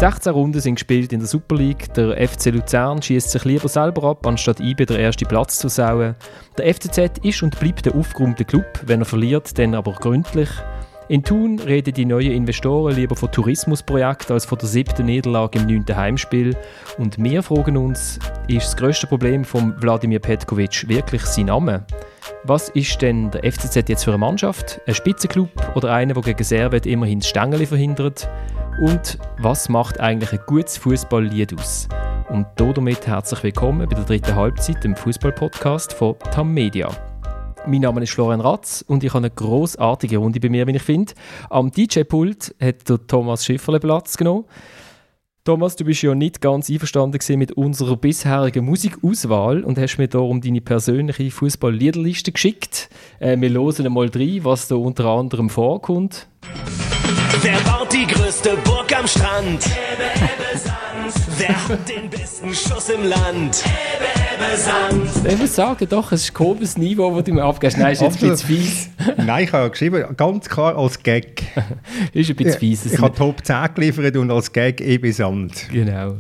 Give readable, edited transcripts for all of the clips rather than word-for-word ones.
16 Runden sind gespielt in der Super League. Der FC Luzern schießt sich lieber selber ab, anstatt IB den ersten Platz zu sauen. Der FCZ ist und bleibt der aufgeräumte Club, wenn er verliert, dann aber gründlich. In Thun reden die neuen Investoren lieber von Tourismusprojekten als von der 7. Niederlage im 9. Heimspiel. Und wir fragen uns, ist das grösste Problem von Wladimir Petkovic wirklich sein Name? Was ist denn der FCZ jetzt für eine Mannschaft? Ein Spitzenclub oder einer, der gegen Servet immerhin das Stängeli verhindert? Und was macht eigentlich ein gutes Fußballlied aus? Und damit herzlich willkommen bei der dritten Halbzeit, dem Fußball-Podcast von Tamedia. Mein Name ist Florian Ratz und ich habe eine grossartige Runde bei mir, wie ich finde. Am DJ-Pult hat der Thomas Schifferle Platz genommen. Thomas, du bist ja nicht ganz einverstanden mit unserer bisherigen Musikauswahl und hast mir darum deine persönliche Fußball-Liederliste geschickt. Wir hören einmal rein, was da unter anderem vorkommt. Wer baut die größte Burg am Strand? Ebbe, Ebbe, Sand. Wer hat den besten Schuss im Land? Ebbe, Ebbe, Sand. Ich muss sagen, doch, es ist ein komisches Niveau, das du mir abgibst. Nein, ist jetzt ein bisschen fies. Nein, ich habe geschrieben, ganz klar als Gag. Ist ein bisschen fies. Ich habe Top 10 geliefert und als Gag Ebbe, Sand. Genau.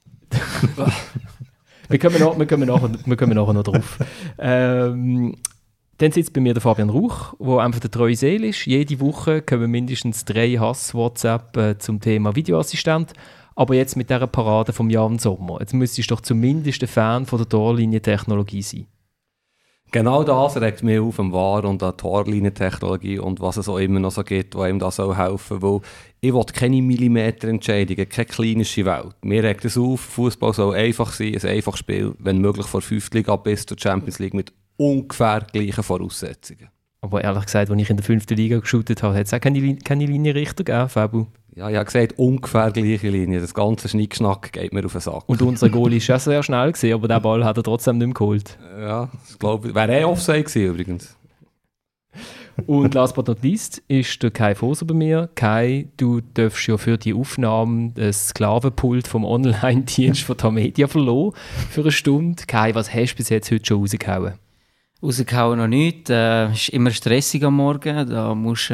wir kommen nachher noch drauf. Dann sitzt bei mir der Fabian Rauch, der einfach der treue Seele ist. Jede Woche kommen mindestens 3 Hass-WhatsApp zum Thema Videoassistent. Aber jetzt mit dieser Parade vom Jan Sommer. Jetzt müsstest du doch zumindest ein Fan von der Torlinientechnologie sein. Genau das regt mich auf am VAR und an Torlinientechnologie und was es auch immer noch so gibt, was ihm da helfen soll. Weil ich will keine Millimeterentscheidungen, keine klinische Welt. Mir regt es auf, Fußball soll einfach sein, ein einfaches Spiel, wenn möglich von 5. Liga bis zur Champions League mit ungefähr gleichen Voraussetzungen. Aber ehrlich gesagt, als ich in der 5. Liga geshootet habe, hat es auch keine Linienrichter gegeben, Fabu. Ja, ich habe gesagt, ungefähr gleiche Linie. Das ganze Schnickschnack geht mir auf den Sack. Und unser Goalie war sehr schnell gewesen, aber den Ball hat er trotzdem nicht mehr geholt. Ja, das glaube ich. Wäre Offside gewesen übrigens. Und last but not least ist der Kai Foser bei mir. Kai, du darfst ja für die Aufnahme das Sklavenpult vom Online-Dienst von Tamedia verloren für eine Stunde. Kai, was hast du bis jetzt heute schon rausgehauen? Rausgehauen noch nichts. Ist immer stressig am Morgen. Da musst du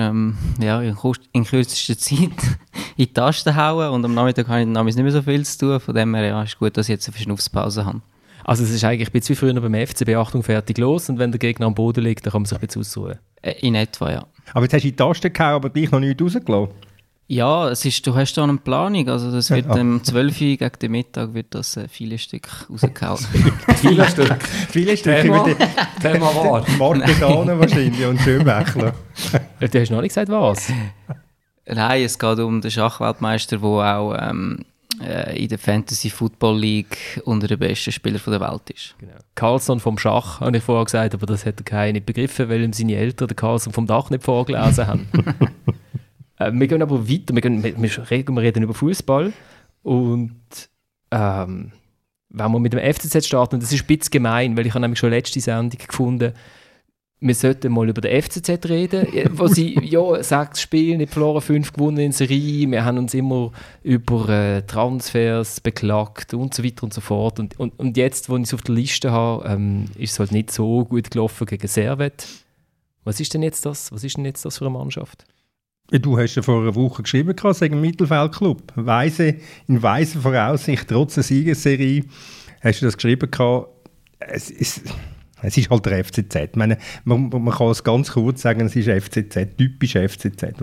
in kürzester Zeit in die Tasten hauen. Und am Nachmittag habe ich nicht mehr so viel zu tun. Von dem her ist gut, dass ich jetzt eine Verschnaufspause habe. Also es ist eigentlich ein bisschen wie früher beim FCB, Achtung, fertig, los. Und wenn der Gegner am Boden liegt, dann kann man sich ein bisschen ausruhen. In etwa, ja. Aber jetzt hast du in die Tasten gehauen, aber gleich noch nichts rausgelassen. Ja, du hast da eine Planung. Also das wird um 12 Uhr gegen den Mittag wird das viele Stück rausgehauen. Viele Stück. Viele Stück. Thema war. Markesanen wahrscheinlich und Schönwächler. Du hast noch nicht gesagt, was? Nein, es geht um den Schachweltmeister, der auch in der Fantasy Football League unter den besten Spielern der Welt ist. Genau. Carlson vom Schach, habe ich vorher gesagt, aber das hat der Kai nicht begriffen, weil ihm seine Eltern den Carlson vom Dach nicht vorgelesen haben. Wir gehen aber weiter, wir reden über Fußball und wenn wir mit dem FCZ starten, das ist ein bisschen gemein, weil ich habe nämlich schon letzte Sendung gefunden, wir sollten mal über den FCZ reden, wo sie 6 Spiele nicht verloren, 5 gewonnen in Serie, wir haben uns immer über Transfers beklagt und so weiter und so fort und jetzt, wo ich es auf der Liste habe, ist es halt nicht so gut gelaufen gegen Servet. Was ist denn jetzt das für eine Mannschaft? Du hast ja vor einer Woche geschrieben, es sei ein Mittelfeldclub. In weiser Voraussicht, trotz der Siegesserie, hast du das geschrieben. Es ist halt der FCZ. Ich meine, man kann es ganz kurz sagen, es ist FCZ, typisch FCZ.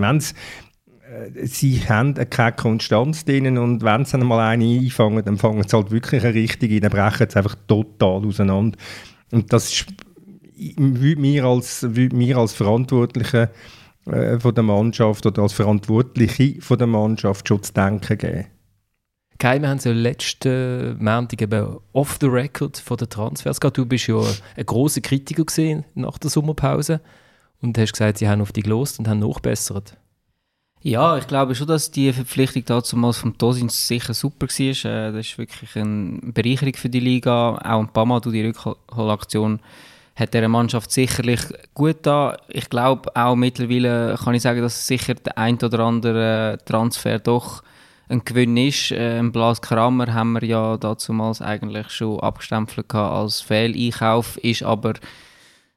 Sie haben keine Konstanz drin und wenn sie einmal eine einfangen, dann fangen sie halt wirklich eine richtige, dann brechen sie einfach total auseinander. Und das würde mir als Verantwortliche von der Mannschaft oder als Verantwortliche von der Mannschaft schon zu denken geben. Kai, wir haben es ja letzten Montag eben off the record von den Transfers gehabt. Du bist ja ein grosser Kritiker gesehen nach der Sommerpause und hast gesagt, sie haben auf dich gelost und haben nachbessert. Ja, ich glaube schon, dass die Verpflichtung damals vom Tosins sicher super war. Das ist wirklich eine Bereicherung für die Liga. Auch ein paar Mal durch die Rückholaktion hat dieser Mannschaft sicherlich gut da. Ich glaube auch mittlerweile kann ich sagen, dass sicher der ein oder andere Transfer doch ein Gewinn ist. Blas Kramer haben wir ja damals eigentlich schon abgestempelt als Fehleinkauf, ist aber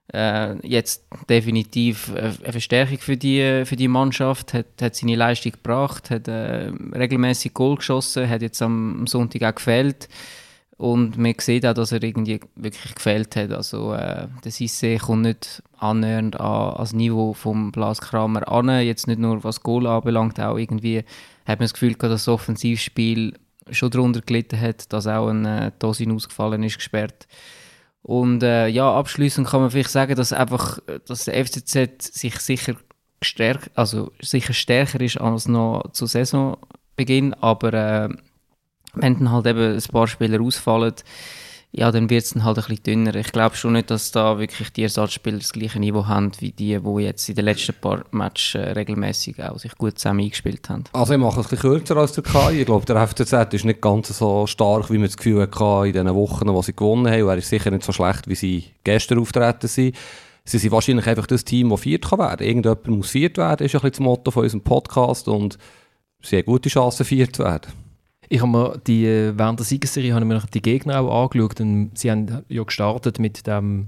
Jetzt definitiv eine Verstärkung für die Mannschaft, hat seine Leistung gebracht, hat regelmäßig Goal geschossen, hat jetzt am Sonntag auch gefällt. Und man sieht auch, dass er irgendwie wirklich gefällt hat. Also der Cissé kommt nicht annähernd an das Niveau vom Blas Kramer an. Jetzt nicht nur was Goal anbelangt, auch irgendwie hat man das Gefühl gehabt, dass das Offensivspiel schon darunter gelitten hat, dass auch ein Tosin ausgefallen ist, gesperrt. Und abschliessend kann man vielleicht sagen, dass der FCZ sich sicher stärker ist als noch zu Saisonbeginn, aber wenn dann halt eben ein paar Spieler ausfallen, ja, dann wird es dann halt ein bisschen dünner. Ich glaube schon nicht, dass da wirklich die Ersatzspieler das gleiche Niveau haben, wie die jetzt in den letzten paar Matches regelmäßig auch sich gut zusammen eingespielt haben. Also ich mache es ein bisschen kürzer als der KI. Ich glaube, der FCZ ist nicht ganz so stark, wie man das Gefühl hatte in den Wochen, wo sie gewonnen haben. Er ist sicher nicht so schlecht, wie sie gestern auftreten sind. Sie sind wahrscheinlich einfach das Team, das viert werden kann. Irgendjemand muss viert werden, ist ein bisschen das Motto von unserem Podcast. Und sie haben gute Chancen, viert zu werden. Ich habe mir während der Siegesserie habe ich mir die Gegner auch angeschaut und sie haben ja gestartet mit dem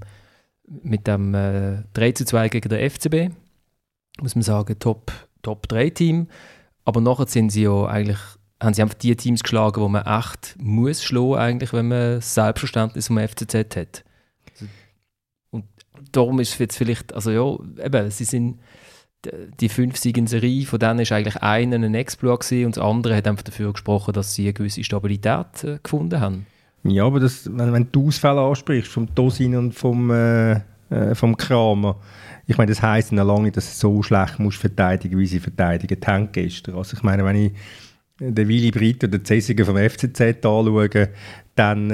3:2 gegen den FCB. Muss man sagen, Top-3-Team. Aber nachher sind sie ja eigentlich, haben sie einfach die Teams geschlagen, die man echt muss schlagen, eigentlich, wenn man das Selbstverständnis vom FCZ hat. Und darum ist es jetzt vielleicht, also ja, eben, sie sind die 5 Siege in Serie, von denen ist eigentlich einer ein Exploit gewesen und das andere hat einfach dafür gesprochen, dass sie eine gewisse Stabilität gefunden haben. Ja, aber wenn du Ausfälle ansprichst, vom Tosin und vom Kramer, ich meine, das heisst dann lange nicht, dass du so schlecht musst verteidigen, wie sie verteidigen haben gestern. Also ich meine, wenn ich den Willy Britt oder den Cäsiger vom FCZ anschaue, dann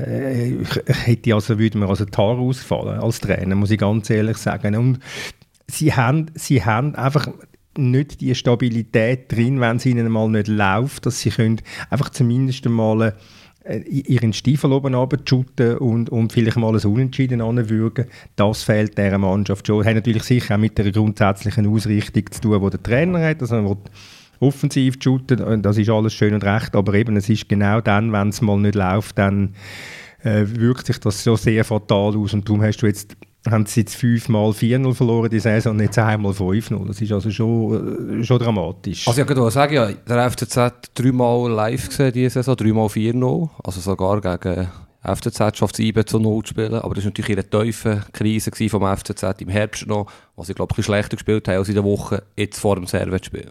würde mir die Haare ausfallen als Trainer, muss ich ganz ehrlich sagen. Und sie haben einfach nicht die Stabilität drin, wenn es ihnen mal nicht läuft, dass sie können einfach zumindest einmal ihren Stiefel oben runterschütten und vielleicht mal ein Unentschieden anwürgen. Das fehlt dieser Mannschaft schon. Das hat natürlich sicher auch mit der grundsätzlichen Ausrichtung zu tun, die der Trainer hat. Also man will offensiv shooten, das ist alles schön und recht, aber eben, es ist genau dann, wenn es mal nicht läuft, dann wirkt sich das so sehr fatal aus und darum haben sie jetzt 5-mal 4-0 verloren die Saison und jetzt einmal 5-0. Das ist also schon dramatisch. Also ich kann sagen, ja, der FCZ 3-mal live gesehen diese Saison, 3-mal 4-0. Also sogar gegen FCZ schafft es 7-0 zu spielen. Aber das war natürlich eine tiefe Krise vom FCZ im Herbst noch, wo sie, glaube ich, ein bisschen schlechter gespielt haben als in der Woche jetzt vor dem Servet-Spiel.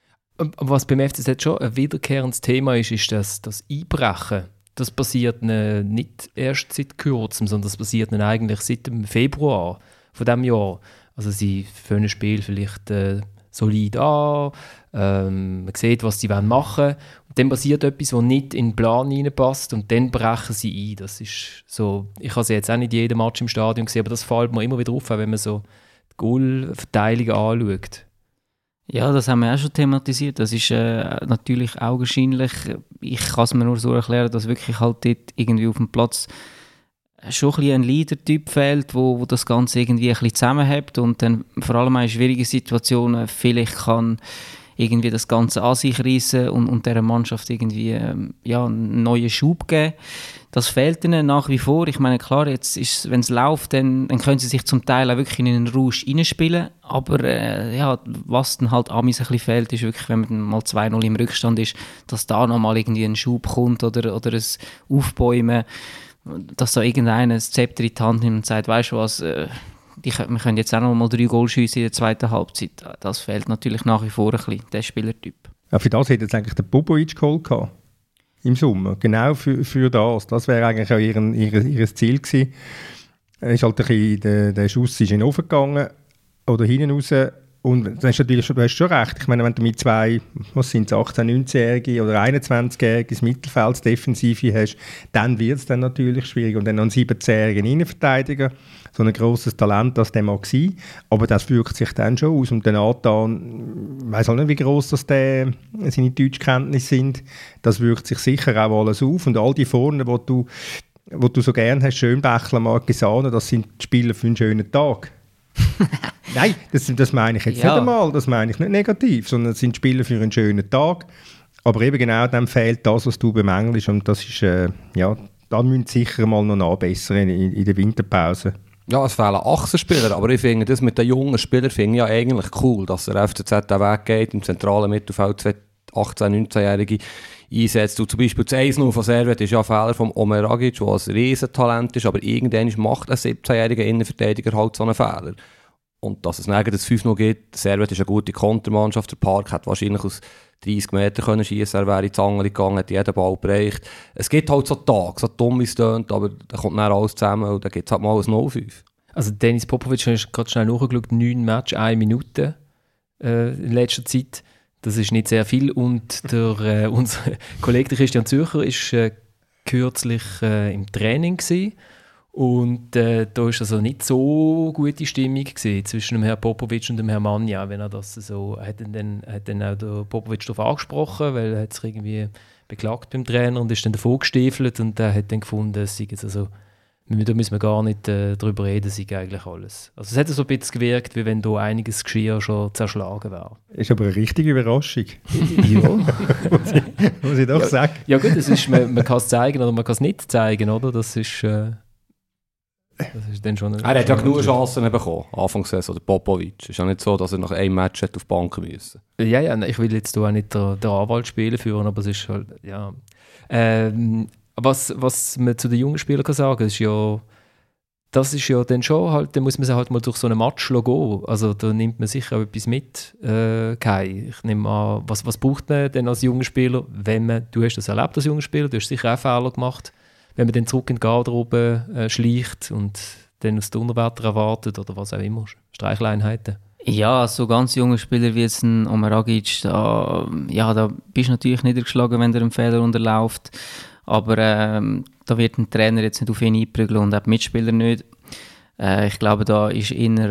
Was beim FCZ schon ein wiederkehrendes Thema ist das Einbrechen. Das passiert nicht erst seit kurzem, sondern das passiert eigentlich seit dem Februar von diesem Jahr. Also sie fangen ein Spiel vielleicht solid an, man sieht, was sie machen wollen. Und dann passiert etwas, das nicht in den Plan hineinpasst und dann brechen sie ein. Das ist so, ich habe sie jetzt auch nicht jeden Match im Stadion gesehen, aber das fällt mir immer wieder auf, wenn man so die Goalverteilung anschaut. Ja, das haben wir auch schon thematisiert. Das ist natürlich augenscheinlich. Ich kann es mir nur so erklären, dass wirklich halt dort irgendwie auf dem Platz schon ein bisschen ein Leader-Typ fehlt, wo das Ganze irgendwie ein bisschen zusammenhält und dann vor allem in schwierigen Situationen vielleicht kann irgendwie das Ganze an sich reissen und dieser Mannschaft irgendwie einen neuen Schub geben. Das fehlt ihnen nach wie vor. Ich meine, klar, jetzt ist, wenn es läuft, dann können sie sich zum Teil auch wirklich in einen Rausch reinspielen. Aber was dann halt an mir ein bisschen fehlt, ist wirklich, wenn man mal 2-0 im Rückstand ist, dass da nochmal irgendwie ein Schub kommt oder ein Aufbäumen, dass da irgendeiner das Zepter in die Hand nimmt und sagt, weißt du was, wir können jetzt auch noch mal 3 Goal schiessen in der zweiten Halbzeit. Das fehlt natürlich nach wie vor ein bisschen, der Spielertyp. Ja, für das hätte jetzt eigentlich der Bobovic geholt gehabt. Im Sommer. Genau für das. Das wäre eigentlich auch ihr Ziel gewesen. Ist halt ein bisschen, der Schuss ist in den Ofen gegangen oder hinten raus. Und das ist natürlich du hast schon recht. Ich meine, wenn du mit 2, 18-, 19-Jährigen oder 21-Jährigen ins Mittelfeld Defensive hast, dann wird es dann natürlich schwierig. Und dann noch einen 17-jährigen Innenverteidiger, so ein grosses Talent, das der mag sein. Aber das wirkt sich dann schon aus. Und der Nathan, ich weiss auch nicht, wie gross das seine Deutschkenntnisse sind. Das wirkt sich sicher auch alles auf. Und all die vorne, wo du so gerne hast, Schönbächler, Marquesano, das sind die Spieler für einen schönen Tag. Nein, das meine ich jetzt nicht einmal, das meine ich nicht negativ, sondern es sind Spieler für einen schönen Tag. Aber eben genau dem fehlt das, was du bemängelst. Und das ist, da müssen sie sicher mal noch nachbessern in der Winterpause. Ja, es fehlen Achsenspieler, aber ich finde das mit den jungen Spielern finde ich ja eigentlich cool, dass der FCZ den Weg geht, im zentralen Mittelfeld 18-, 19-Jährige einsetzt. Und zum Beispiel das 1-0 von Servet ist ja ein Fehler von Omer Agic, der ein Riesentalent ist, aber irgendwann macht ein 17-jähriger Innenverteidiger halt so einen Fehler. Und dass es neben das 5-0 gibt, Servet ist eine gute Kontermannschaft, der Park hat wahrscheinlich aus 30 Meter können schiessen, er wäre in die Angel gegangen, hat jeden Ball bereicht. Es gibt halt so Tage, so dumm wie es tönt, aber da kommt dann alles zusammen und dann gibt es halt mal ein 0-5. Also Denis Popovic, hast gerade schnell nachgeschaut, 9 Matches, 1 Minute in letzter Zeit. Das ist nicht sehr viel. Und der, unser Kollege Christian Zürcher war kürzlich im Training gewesen. Und da war also nicht so gute Stimmung zwischen dem Herrn Popovic und dem Herrn Manja, wenn er das so hat dann auch der Popovic darauf angesprochen, weil er hat sich irgendwie beklagt beim Trainer und ist dann davor gestiefelt und der hat dann gefunden, es sei jetzt also, da müssen wir gar nicht darüber reden, es sei eigentlich alles. Also es hat so ein bisschen gewirkt, wie wenn da einiges Geschirr schon zerschlagen wäre. Ist aber eine richtige Überraschung. Ja. muss ich doch sagen. Ja gut, es ist, man kann es zeigen oder man kann es nicht zeigen, oder? Das ist dann schon... Er hat ja genug Chancen bekommen, Anfangssaison, der Popovic. Es ist ja nicht so, dass er nach einem Match hat auf die Bank müssen. Ja, ich will jetzt auch nicht den Anwalt spielen führen, aber es ist halt, ja... Was man zu den jungen Spielern kann sagen, ist ja, das ist ja dann schon halt, dann muss man sich halt mal durch so einen Match gehen. Also da nimmt man sicher auch etwas mit. Kai, ich nehme an, was braucht man denn als junger Spieler, wenn man, du hast das erlebt als junger Spieler, du hast sicher auch Fehler gemacht, wenn man dann zurück in die Garderobe schleicht und dann aus der Unterwetter erwartet oder was auch immer, Streicheleinheiten. Ja, so ganz junge Spieler wie jetzt ein Omer Agic, da bist du natürlich niedergeschlagen, wenn der einen Fehler unterläuft. Aber da wird ein Trainer jetzt nicht auf ihn einprügeln und auch die Mitspieler nicht. Ich glaube, da ist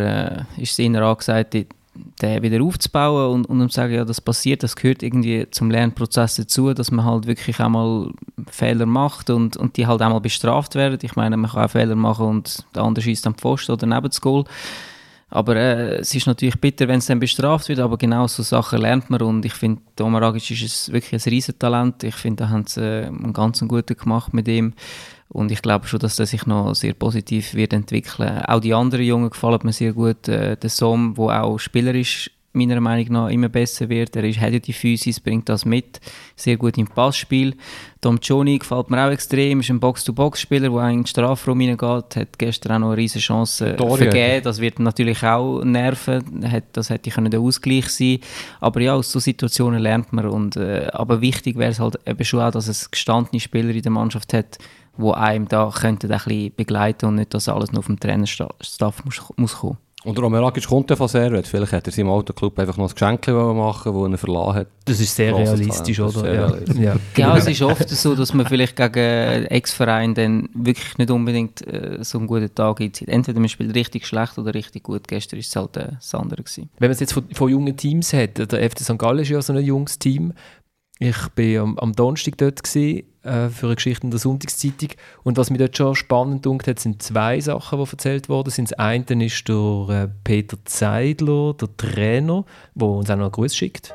es eher angesagt, den wieder aufzubauen und zu sagen, ja, das passiert, das gehört irgendwie zum Lernprozess dazu, dass man halt wirklich einmal Fehler macht und die halt einmal bestraft werden. Ich meine, man kann auch Fehler machen und der andere schießt am Pfosten oder neben das Goal. Aber es ist natürlich bitter, wenn es dann bestraft wird, aber genau so Sachen lernt man und ich finde, Omer Agic ist wirklich ein Riesentalent. Ich finde, da haben sie einen ganz guten gemacht mit ihm und ich glaube schon, dass der sich noch sehr positiv wird entwickeln. Auch die anderen Jungen gefallen mir sehr gut. Der Som, der auch spielerisch meiner Meinung nach immer besser wird. Er hat ja die Physis, bringt das mit. Sehr gut im Passspiel. Tom Tschoni gefällt mir auch extrem. Ist ein Box-to-Box-Spieler, der in den Strafraum reingeht. Hat gestern auch noch eine riesige Chance vergeben. Das wird natürlich auch nerven. Das hätte der Ausgleich sein. Aber ja, aus so Situationen lernt man. Aber wichtig wäre es halt eben schon auch, dass es gestandene Spieler in der Mannschaft hat, die einem da könnten ein bisschen begleiten und nicht, dass alles nur auf dem Trainerstaff muss kommen. Und Omer Agic kommt ja von Servet. Vielleicht hat er seinem Autoclub einfach noch ein Geschenk machen, das er verlassen hat. Das ist sehr realistisch, oder? Sehr realistisch. Ja. Ja, es ist oft so, dass man vielleicht gegen Ex-Verein dann wirklich nicht unbedingt so einen guten Tag hat. Entweder man spielt richtig schlecht oder richtig gut. Gestern war es halt das andere gewesen. Wenn man es jetzt von jungen Teams hat, der FC St. Gallen ist ja so ein junges Team. Ich war am Donnerstag dort für eine Geschichte in der Sonntagszeitung. Und was mich dort schon spannend hat, sind 2 Sachen, die erzählt wurden. Das eine ist durch Peter Zeidler, der Trainer, der uns auch noch einen Gruß schickt.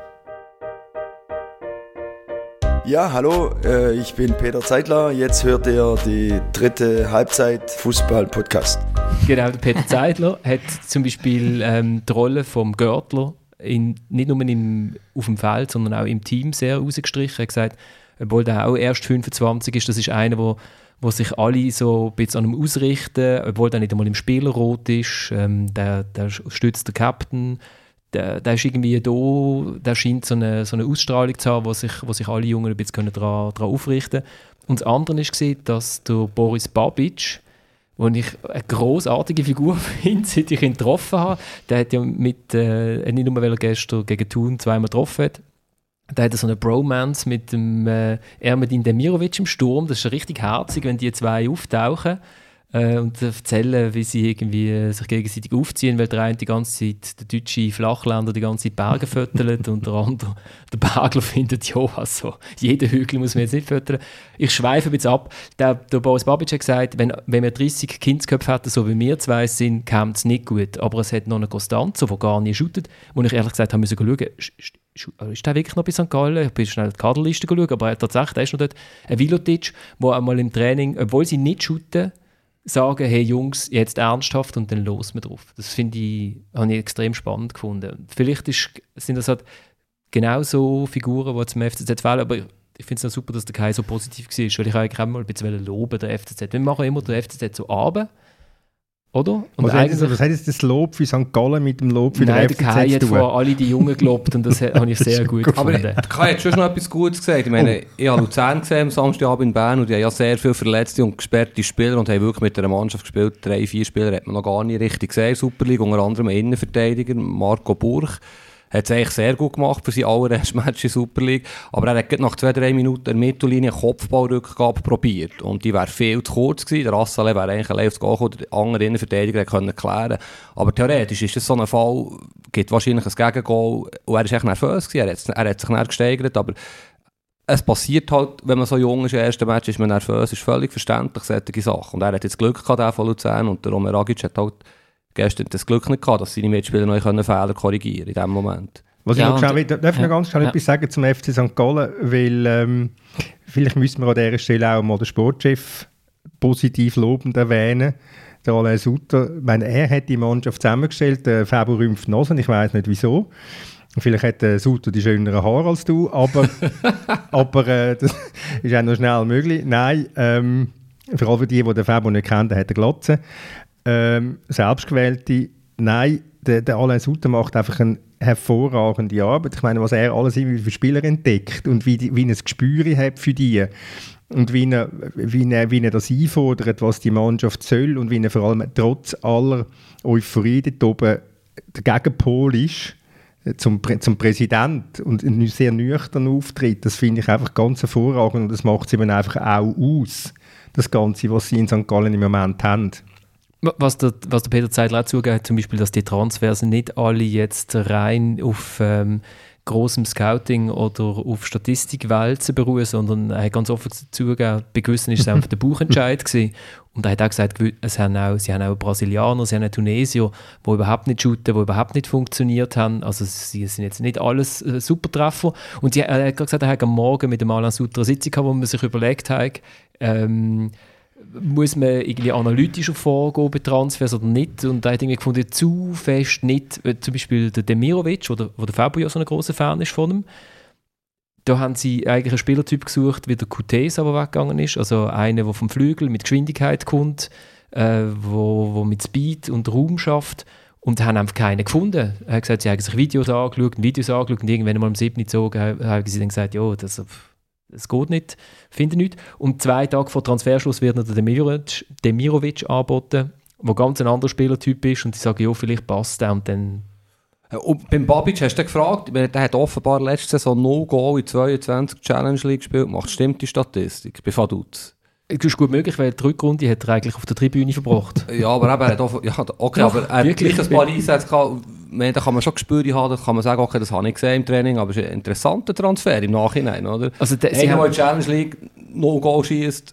Ja, hallo, ich bin Peter Zeidler. Jetzt hört ihr die 3. Halbzeit-Fußball-Podcast. Genau, der Peter Zeidler hat zum Beispiel die Rolle vom Görtler nicht nur auf dem Feld, sondern auch im Team sehr rausgestrichen. Er hat gesagt, obwohl der auch erst 25 ist, das ist einer, wo sich alle so ein bisschen an ihm ausrichten, obwohl der nicht einmal im Spielerrot ist. Der stützt den Captain. Der ist irgendwie da, der scheint so eine Ausstrahlung zu haben, wo sich alle Jungen ein bisschen daran aufrichten können. Und das andere war, dass der Boris Babic, wo ich eine grossartige Figur finde, seit ich ihn getroffen habe. Der hat ja nicht nur, weil er gestern gegen Thun 2-mal getroffen hat, der hat so eine Bromance mit dem Ermedin Demirovic im Sturm. Das ist richtig herzig, wenn die 2 auftauchen und erzählen, wie sie irgendwie sich gegenseitig aufziehen, weil der eine die ganze Zeit, der deutsche Flachländer, die ganze Zeit Berge fötelt und der andere, der Bergler, findet, ja, also, jeden Hügel muss man jetzt nicht föteln. Ich schweife ein bisschen ab. Der Boris Babic hat gesagt, wenn wir 30 Kindsköpfe hätten, so wie wir 2 sind, käme es nicht gut. Aber es hat noch eine Costanzo, die gar nicht shootet, wo ich ehrlich gesagt habe, müssen schauen, ist der wirklich noch bei St. Gallen? Ich bin schnell die Kaderliste geschaut, aber tatsächlich, da ist noch dort ein Vilotic, der einmal im Training, obwohl sie nicht shooten, sagen, hey Jungs, jetzt ernsthaft und dann los wir drauf. Das habe ich extrem spannend gefunden. Vielleicht sind das halt genau so Figuren, die zum FCZ fehlen, aber ich finde es noch super, dass der Kai so positiv war, weil ich eigentlich auch mal ein bisschen loben, der FCZ. Wir machen immer den FCZ so runter, oder? Und was hat jetzt das Lob für St. Gallen mit dem Lob für den FCZ zu tun? Nein, der Kai hat vor alle die Jungen gelobt und das habe ich sehr gut gefunden. Aber der Kai hat schon noch etwas Gutes gesagt. Ich meine, ich habe Luzern gesehen am Samstagabend in Bern und die haben ja sehr viele verletzte und gesperrte Spieler und haben wirklich mit einer Mannschaft gespielt. 3-4 Spieler hat man noch gar nicht richtig gesehen in der Super League, unter anderem ein Innenverteidiger, Marco Burch. Hat es eigentlich sehr gut gemacht für sein allererstes Match in der Super League. Aber er hat nach 2-3 Minuten der Mittellinie eine Kopfballrückgabe probiert. Und die wäre viel zu kurz gewesen. Der Assalé wäre eigentlich allein aufs Goal gekommen, der andere Innenverteidiger konnte klären. Aber theoretisch ist das so ein Fall, gibt wahrscheinlich ein Gegengol. Und er war echt nervös gewesen. Er hat sich nicht gesteigert. Aber es passiert halt, wenn man so jung ist, im ersten Match ist man nervös. Ist völlig verständlich, solche Sachen. Und er hat jetzt Glück gehabt, der von Luzern. Und der Romer Agic hat halt gestern das Glück nicht gehabt, dass seine Mitspieler noch Fehler korrigieren in diesem Moment. Was ich noch darf ich noch ganz schnell etwas sagen zum FC St. Gallen, weil vielleicht müssen wir an dieser Stelle auch mal den Sportchef positiv lobend erwähnen, der Alain Sutter. Ich meine, er hat die Mannschaft zusammengestellt, Fabio rümpft Nasen, ich weiss nicht wieso. Vielleicht hat Sutter die schöneren Haare als du, aber das ist auch noch schnell möglich. Nein, vor allem für die den Fabio nicht kennen, der hat eine Glatze. Selbstgewählte, nein, der Alain Sutter macht einfach eine hervorragende Arbeit. Ich meine, was er alles für Spieler entdeckt und wie er ein Gespür hat für die und wie er das einfordert, was die Mannschaft soll und wie er vor allem trotz aller Euphorie dort oben der Gegenpol ist zum Präsident und sehr nüchtern auftritt. Das finde ich einfach ganz hervorragend und das macht es eben einfach auch aus, das Ganze, was sie in St. Gallen im Moment haben. Was der Peter Zeidler auch zugegeben hat, zum Beispiel, dass die Transfers nicht alle jetzt rein auf grossem Scouting oder auf Statistikwälzen beruhen, sondern er hat ganz offen zugegeben, bei gewissen war es einfach der Bauchentscheid gewesen. Und er hat auch gesagt, sie haben auch Brasilianer, sie haben auch Tunesier, die überhaupt nicht shooten, die überhaupt nicht funktioniert haben. Also sie sind jetzt nicht alles Supertreffer. Und er hat gesagt, er hat am Morgen mit dem Alain Sutter eine Sitzung gehabt, wo man sich überlegt hat, muss man irgendwie analytischer vorgehen bei Transfers oder nicht? Und da hat irgendwie gefunden, zu fest nicht, zum Beispiel der Demirovic, wo der Fabio ja so ein grosser Fan ist von ihm. Da haben sie eigentlich einen Spielertyp gesucht, wie der Coutez aber weggegangen ist. Also einer, der vom Flügel mit Geschwindigkeit kommt, wo mit Speed und Raum schafft. Und haben einfach keinen gefunden. Er hat gesagt, sie haben sich Videos angeschaut und irgendwann mal am 7. gezogen, haben sie dann gesagt, ja, das geht nicht, finde nicht. Und 2 Tage vor Transferschluss wird noch der Demirovic angeboten, der ganz ein anderer Spielertyp ist und die sagen, ja, vielleicht passt der und dann... Und beim Babic hast du gefragt, der hat offenbar letzte Saison 0 Goal in 22 Challenge League gespielt. Stimmt die Statistik bei Vaduz? Das ist gut möglich, weil die Rückrunde hat er eigentlich auf der Tribüne verbracht. Ja, aber eben, er hat aber er hat gleich ein paar Einsätze gehabt. Da kann man schon Gespür haben, da kann man sagen, okay, das habe ich gesehen im Training, aber es ist ein interessanter Transfer im Nachhinein, oder? Also sie haben Challenge League 0 Goal schießt.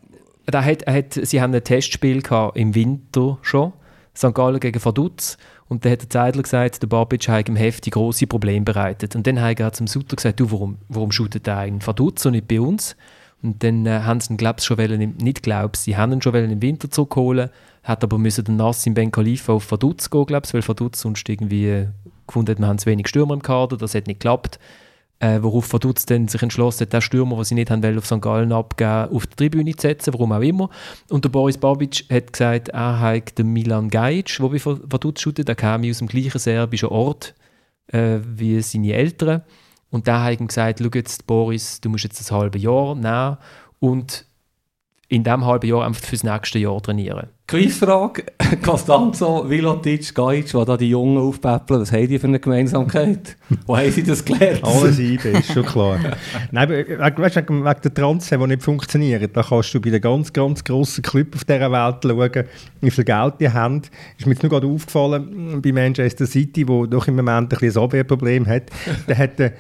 Sie haben ein Testspiel gehabt im Winter schon, St. Gallen gegen Vaduz. Und dann hat der Zeidler gesagt, der Babic hat im Heft grosse Probleme bereitet. Und dann hat er zum Sutter gesagt, du, warum shootet der in Vaduz und nicht bei uns? Und dann haben sie ihn, glaube ich, sie haben ihn schon im Winter zurückholen, hat aber müssen den Nassim Ben Khalifa auf Vaduz gehen, glaube ich, weil Vaduz sonst irgendwie gefunden hat, wir haben zu wenig Stürmer im Kader, das hat nicht geklappt. Worauf Vaduz dann sich entschlossen hat, den Stürmer, den sie nicht haben wollen, auf St. Gallen abgeben, auf die Tribüne zu setzen, warum auch immer. Und der Boris Babic hat gesagt, er hat den Milan Gajic, der bei Vaduz shootet, der kam aus dem gleichen serbischen Ort wie seine Eltern. Und da hat ihm gesagt, schau jetzt, Boris, du musst jetzt das halbe Jahr nehmen und in diesem halben Jahr einfach fürs nächste Jahr trainieren. Quizfrage, Costanzo, Vilotic, Gajic, die da die Jungen aufpäppeln, was haben die für eine Gemeinsamkeit? Wo haben sie das gelernt? Alles IB, ist schon klar. Nein, weißt du, wegen der Transfer, die nicht funktionieren, da kannst du bei den ganz, ganz grossen Clubs auf dieser Welt schauen, wie viel Geld die haben. Ist mir jetzt nur gerade aufgefallen, bei Manchester City, wo doch im Moment ein bisschen ein Abwehrproblem hat, da hat der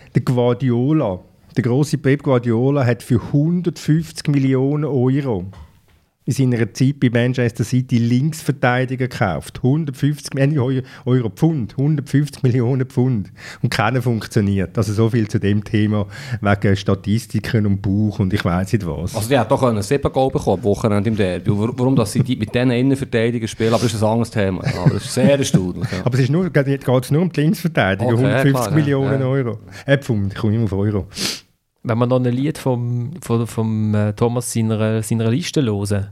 Guardiola, der grosse Pep Guardiola, hat für 150 Millionen Euro in seiner Zeit bei Manchester City Linksverteidiger gekauft. 150 Millionen Pfund. Und keiner funktioniert. Also so viel zu dem Thema wegen Statistiken und Bauch und ich weiss nicht was. Also die hat doch einen 7 Goal bekommen, Wochenende im Derby. Warum dass sie mit diesen Innenverteidigern spielen, aber das ist ein anderes Thema. Ja, das ist sehr erstaunlich. Ja. Aber es ist geht nur um die Linksverteidiger. Okay, 150 klar, Millionen Euro. Pfund, ich komme immer auf Euro. Wenn wir noch ein Lied vom Thomas seiner Liste hören.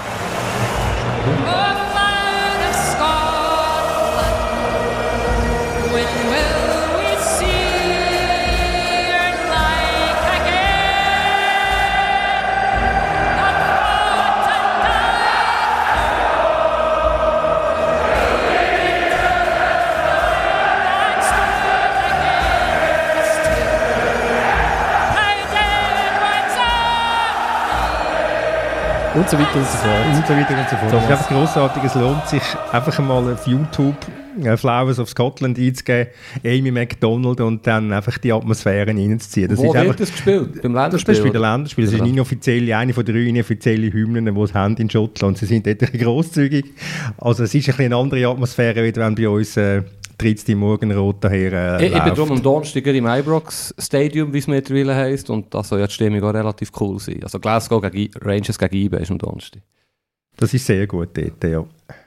Und so weiter und so fort. Und so weiter und so fort. Das ist einfach grossartig. Es lohnt sich einfach mal auf YouTube Flowers of Scotland einzugeben, Amy MacDonald und dann einfach die Atmosphären reinzuziehen. Wo wird das gespielt? Beim Länderspiel? Das ist bei den Länderspielen. Das ist eine von 3 inoffiziellen Hymnen, die es haben in Schottland. Sie sind dort grosszügig. Also es ist ein bisschen eine andere Atmosphäre, wie wenn bei uns 13. Morgenrot daher Ich bin darum am Donnerstag im Ibrox Stadium, wie es mittlerweile heisst, und das soll ja die Stimmung auch relativ cool sein. Also Glasgow gegen Rangers gegen IB ist am Donnerstag. Das ist sehr gut dort, ja.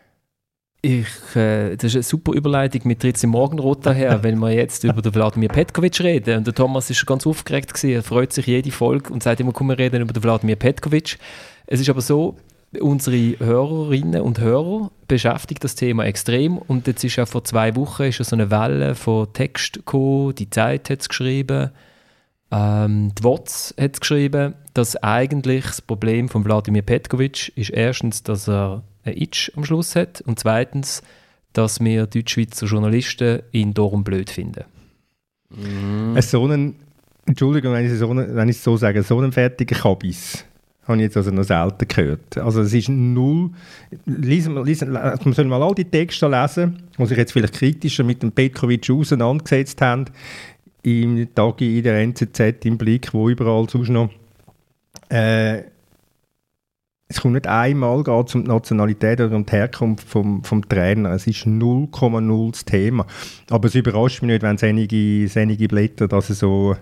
Das ist eine super Überleitung mit 13 Morgenrot daher, wenn wir jetzt über den Wladimir Petkovic reden. Und der Thomas ist schon ganz aufgeregt gewesen. Er freut sich jede Folge und sagt immer, komm, wir reden über den Wladimir Petkovic. Es ist aber so, unsere Hörerinnen und Hörer beschäftigt das Thema extrem. Und jetzt ist ja vor 2 Wochen ist ja so eine Welle von Text gekommen. Die Zeit hat es geschrieben, die WOTS hat es geschrieben, dass eigentlich das Problem von Wladimir Petkovic ist erstens, dass er ein Itch am Schluss hat und zweitens, dass wir Deutschschweizer Journalisten ihn darum blöd finden. Entschuldigung, wenn ich es so sage, so einen fertigen Kabis habe ich jetzt also noch selten gehört. Also es ist null. Man soll mal all die Texte lesen, die sich jetzt vielleicht kritischer mit dem Petkovic auseinandergesetzt haben, im Tagi, in der NZZ, im Blick, wo überall sonst noch. Es kommt nicht einmal um die Nationalität oder um die Herkunft vom Trainer. Es ist 0,0 das Thema. Aber es überrascht mich nicht, wenn einige Blätter das so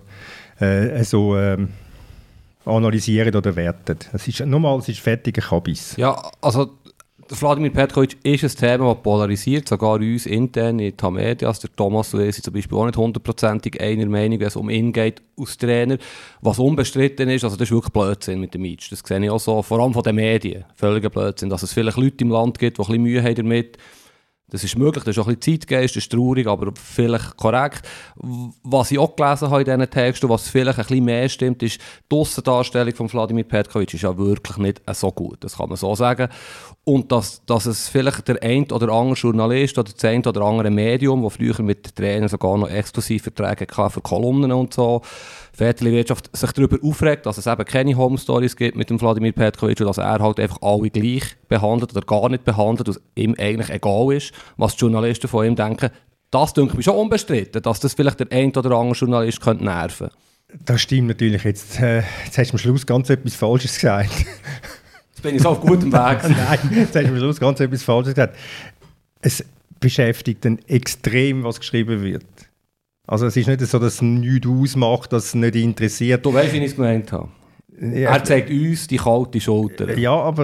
analysieren oder werten. Es ist fertiger Kabis. Ja, also Wladimir Petkovic ist ein Thema, das polarisiert, sogar uns intern in den Medias. Der Thomas und ich sind zum Beispiel auch nicht 100% einer Meinung, wenn es um ihn geht, als Trainer. Was unbestritten ist, also das ist wirklich Blödsinn mit dem Mitch. Das sehe ich auch so, vor allem von den Medien. Völliger Blödsinn, dass es vielleicht Leute im Land gibt, die ein bisschen Mühe haben damit. Das ist möglich, das ist auch ein bisschen Zeitgeist, das ist traurig, aber vielleicht korrekt. Was ich auch gelesen habe in diesen Texten, was vielleicht ein bisschen mehr stimmt, ist, die Aussendarstellung von Wladimir Petkovic ist ja wirklich nicht so gut, das kann man so sagen. Und dass es vielleicht der ein oder andere Journalist oder das ein oder andere Medium, das früher mit den Trainern sogar noch Exklusivverträge hatte für Kolumnen und so, Väterli-Wirtschaft sich darüber aufregt, dass es eben keine Home-Stories gibt mit dem Wladimir Petkovic und dass er halt einfach alle gleich behandelt oder gar nicht behandelt und es ihm eigentlich egal ist, was die Journalisten von ihm denken. Das denke ich schon unbestritten, dass das vielleicht der ein oder andere Journalist könnte nerven. Das stimmt natürlich. Jetzt hast du am Schluss ganz etwas Falsches gesagt. Jetzt bin ich so auf gutem Weg. Nein, jetzt hast du am Schluss ganz etwas Falsches gesagt. Es beschäftigt ihn extrem, was geschrieben wird. Also es ist nicht so, dass es nichts ausmacht, dass es nicht interessiert. Du weißt, wie ich es gemeint habe. Ja. Er zeigt uns die kalte Schulter. Ja, aber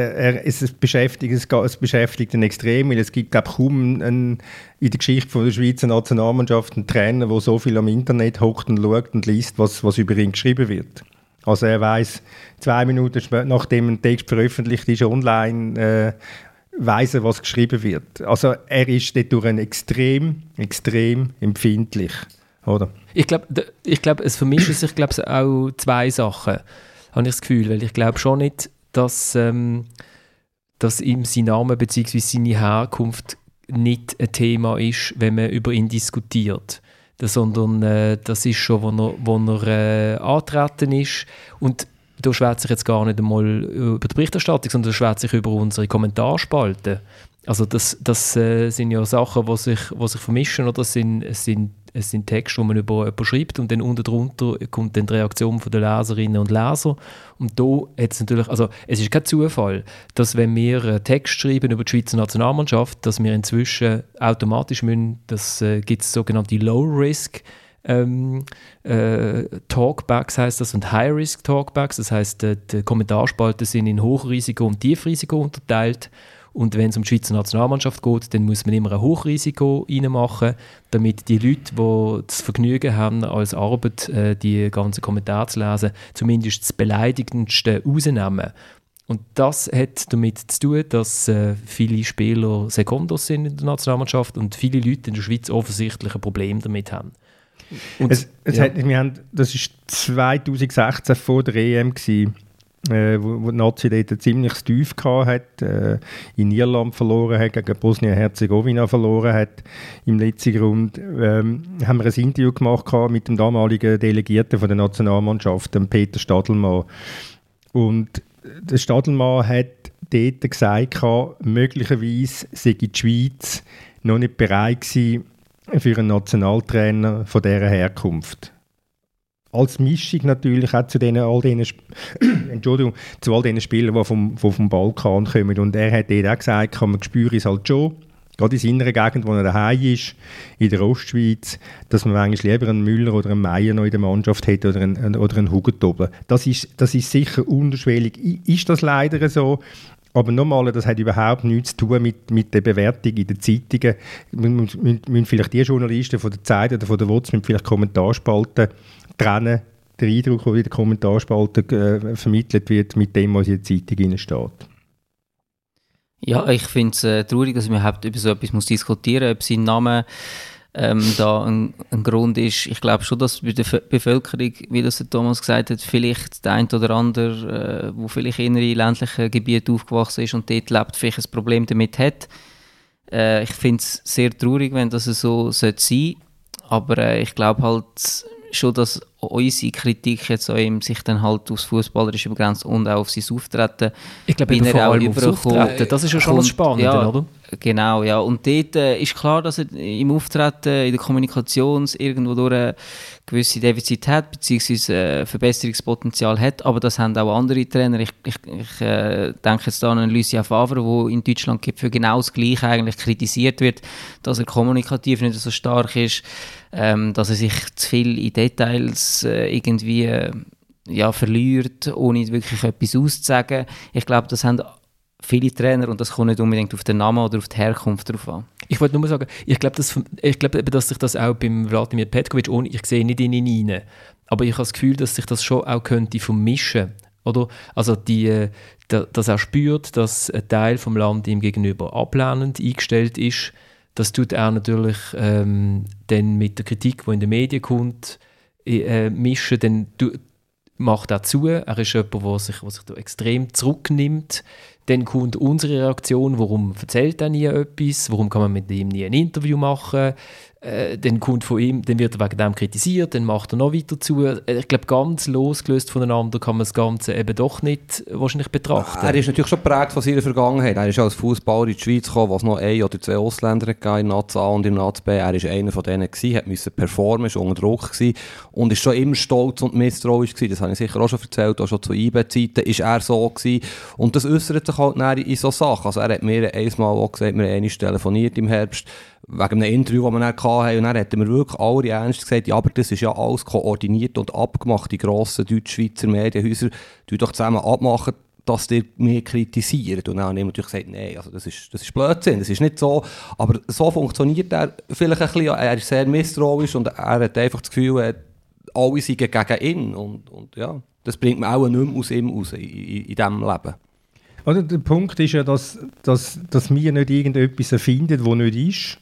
es beschäftigt ihn extrem, weil es gibt kaum in der Geschichte von der Schweizer Nationalmannschaft einen Trainer, der so viel am Internet hockt und schaut und liest, was über ihn geschrieben wird. Also er weiss 2 Minuten später, nachdem ein Text veröffentlicht ist online, weiss er, was geschrieben wird. Also er ist dadurch extrem empfindlich. Oder? Ich glaube, es vermischen sich auch 2 Sachen, habe ich das Gefühl, weil ich glaube schon nicht, dass ihm sein Name bzw. seine Herkunft nicht ein Thema ist, wenn man über ihn diskutiert. Sondern das ist schon, wo er angetreten ist. Und da schwätze ich jetzt gar nicht einmal über die Berichterstattung, sondern da schwätze ich über unsere Kommentarspalten. Also das sind ja Sachen, die sich vermischen, oder sind es sind Texte, die man über jemanden schreibt und dann unten drunter kommt dann die Reaktion von den Leserinnen und Leser. Und da hat es natürlich, also es ist kein Zufall, dass wenn wir einen Text schreiben über die Schweizer Nationalmannschaft, dass wir inzwischen automatisch müssen, das gibt es sogenannte Low-Risk Talkbacks heisst das und High-Risk Talkbacks, das heisst, die Kommentarspalten sind in Hochrisiko und Tiefrisiko unterteilt. Und wenn es um die Schweizer Nationalmannschaft geht, dann muss man immer ein Hochrisiko reinmachen, damit die Leute, die das Vergnügen haben, als Arbeit die ganzen Kommentare zu lesen, zumindest das Beleidigendste rausnehmen. Und das hat damit zu tun, dass viele Spieler Sekundos sind in der Nationalmannschaft und viele Leute in der Schweiz offensichtlich ein Problem damit haben. Und, das war 2016 vor der EM gewesen, wo die Nazi dort ein ziemliches Tief hatte, in Irland verloren hat, gegen Bosnien-Herzegowina verloren hat. Im letzten Grund haben wir ein Interview gemacht mit dem damaligen Delegierten von der Nationalmannschaft, dem Peter Stadelmann. Und der Stadelmann hat dort gesagt, möglicherweise sei die Schweiz noch nicht bereit gewesen für einen Nationaltrainer von dieser Herkunft. Als Mischung natürlich auch zu all diesen Spielern, die vom Balkan kommen. Und er hat dort auch gesagt, man spürt es halt schon, gerade in seiner Gegend, wo er daheim ist, in der Ostschweiz, dass man eigentlich lieber einen Müller oder einen Meier noch in der Mannschaft hätte oder einen Hugentobel. Das ist sicher unterschwellig. Ist das leider so? Aber nochmal, das hat überhaupt nichts zu tun mit der Bewertung in den Zeitungen. Müssen vielleicht die Journalisten von der Zeit oder von der WOZ vielleicht Kommentarspalten trennen, der Eindruck, der in den Kommentarspalten vermittelt wird, mit dem, was in der Zeitung steht. Ja, ich finde es traurig, dass man überhaupt über so etwas diskutieren muss, ob sein Name da ein Grund ist. Ich glaube schon, dass bei der Bevölkerung, wie das der Thomas gesagt hat, vielleicht der ein oder andere, wo vielleicht in ländlichen Gebieten aufgewachsen ist und dort lebt, vielleicht ein Problem damit hat. Ich finde es sehr traurig, wenn das so sein sollte. Aber ich glaube halt schon, dass unsere Kritik jetzt an ihm sich dann halt aufs Fußballerische begrenzt und auch auf sein Auftreten. Ich glaube, vor allem aufs Auftreten, das ist ja schon das Spannende, ja, oder? Genau, ja. Und dort ist klar, dass er im Auftreten, in der Kommunikation irgendwo durch eine gewisse Defizit hat, beziehungsweise Verbesserungspotenzial hat, aber das haben auch andere Trainer. Ich denke jetzt an Lucien Favre, der in Deutschland für genau das Gleiche eigentlich kritisiert wird, dass er kommunikativ nicht so stark ist, dass er sich zu viel in Details irgendwie verliert, ohne wirklich etwas auszusagen. Ich glaube, das haben viele Trainer und das kommt nicht unbedingt auf den Namen oder auf die Herkunft drauf an. Ich wollte nur sagen, ich glaube, dass sich das auch beim Vladimir Petkovic, ich sehe nicht in ihn rein, aber ich habe das Gefühl, dass sich das schon auch könnte vermischen. Oder? Also dass er spürt, dass ein Teil vom Land ihm gegenüber ablehnend eingestellt ist. Das tut er natürlich dann mit der Kritik, die in den Medien kommt, mischen. Dann macht er zu. Er ist jemand, der sich da extrem zurücknimmt. Dann kommt unsere Reaktion, warum erzählt er nie etwas, warum kann man mit ihm nie ein Interview machen. Dann kommt von ihm, dann wird er wegen dem kritisiert, dann macht er noch weiter zu. Ich glaube, ganz losgelöst voneinander kann man das Ganze eben doch nicht wahrscheinlich betrachten. Er ist natürlich schon geprägt von seiner Vergangenheit. Er ist als Fußballer in die Schweiz gekommen, was noch 1 oder 2 Ausländer gab, in Naz A und in Naz B. Er war einer von denen gewesen, musste performen, war unter Druck gewesen und ist schon immer stolz und misstrauisch gewesen. Das habe ich sicher auch schon erzählt, auch schon zu IB-Zeiten ist er so gewesen. Und das äußert sich halt in so Sachen. Also er hat mir einmal auch gesagt, wir haben einmal telefoniert im Herbst, wegen einem Interview, das wir dann hatten. Und dann hat mir wirklich alle ernst gesagt, ja, aber das ist ja alles koordiniert und abgemacht. Die grossen deutsch-schweizer Medienhäuser tun doch zusammen abmachen, dass die mich kritisieren. Und dann habe ich natürlich gesagt, nein, also das ist Blödsinn, das ist nicht so. Aber so funktioniert er vielleicht ein bisschen. Er ist sehr misstrauisch und er hat einfach das Gefühl, alle sind gegen ihn. Und ja, das bringt man auch nicht mehr aus ihm raus in diesem Leben. Also der Punkt ist ja, dass wir nicht irgendetwas erfinden, das nicht ist,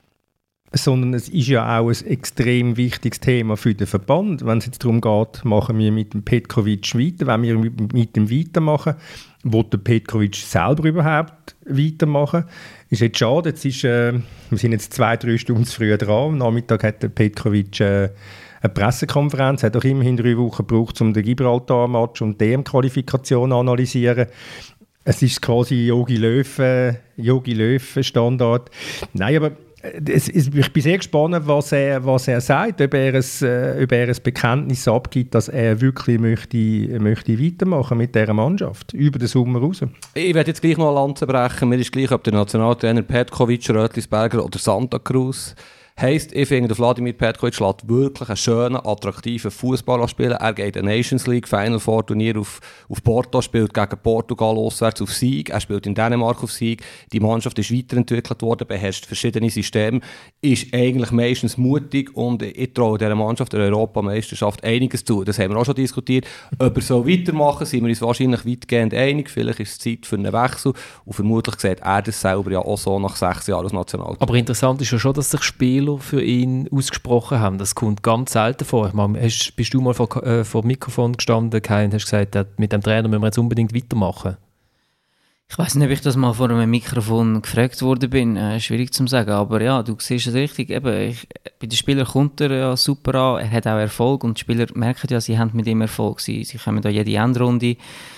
sondern es ist ja auch ein extrem wichtiges Thema für den Verband. Wenn es jetzt darum geht, machen wir mit dem Petkovic weiter, wenn wir mit dem weitermachen, will der Petkovic selber überhaupt weitermachen? Ist jetzt schade, wir sind jetzt 2-3 Stunden zu früh dran. Am Nachmittag hat der Petkovic eine Pressekonferenz, hat auch immerhin 3 Wochen gebraucht, um den Gibraltar-Match und die EM-Qualifikation zu analysieren. Es ist quasi Jogi Löw Standard. Nein, aber Ich bin sehr gespannt, was er sagt, ob er ein Bekenntnis abgibt, dass er wirklich möchte weitermachen mit dieser Mannschaft, über den Sommer raus. Ich werde jetzt gleich noch eine Lanze brechen. Mir ist gleich, ob der Nationaltrainer Petkovic, Rötlisberger oder Santa Cruz heisst. Ich finde, Wladimir Petkovic lässt wirklich einen schönen, attraktiven Fußball spielen. Er geht in Nations League Final Four Turnier auf Porto, spielt gegen Portugal auswärts auf Sieg. Er spielt in Dänemark auf Sieg. Die Mannschaft ist weiterentwickelt worden, beherrscht verschiedene Systeme, ist eigentlich meistens mutig und ich traue dieser Mannschaft der Europameisterschaft einiges zu. Das haben wir auch schon diskutiert. Ob er so weitermachen, sind wir uns wahrscheinlich weitgehend einig. Vielleicht ist es Zeit für einen Wechsel und vermutlich sieht er das selber ja auch so nach 6 Jahren als Nationaltrainer. Aber interessant ist ja schon, dass sich Spieler für ihn ausgesprochen haben. Das kommt ganz selten vor. Ich meine, bist du mal vor dem Mikrofon gestanden, Kai, und hast gesagt, mit dem Trainer müssen wir jetzt unbedingt weitermachen? Ich weiss nicht, ob ich das mal vor einem Mikrofon gefragt worden bin. Schwierig zu sagen. Aber ja, du siehst es richtig. Eben, bei den Spielern kommt er ja super an. Er hat auch Erfolg und die Spieler merken ja, sie haben mit ihm Erfolg. Sie kommen da jede Endrunde.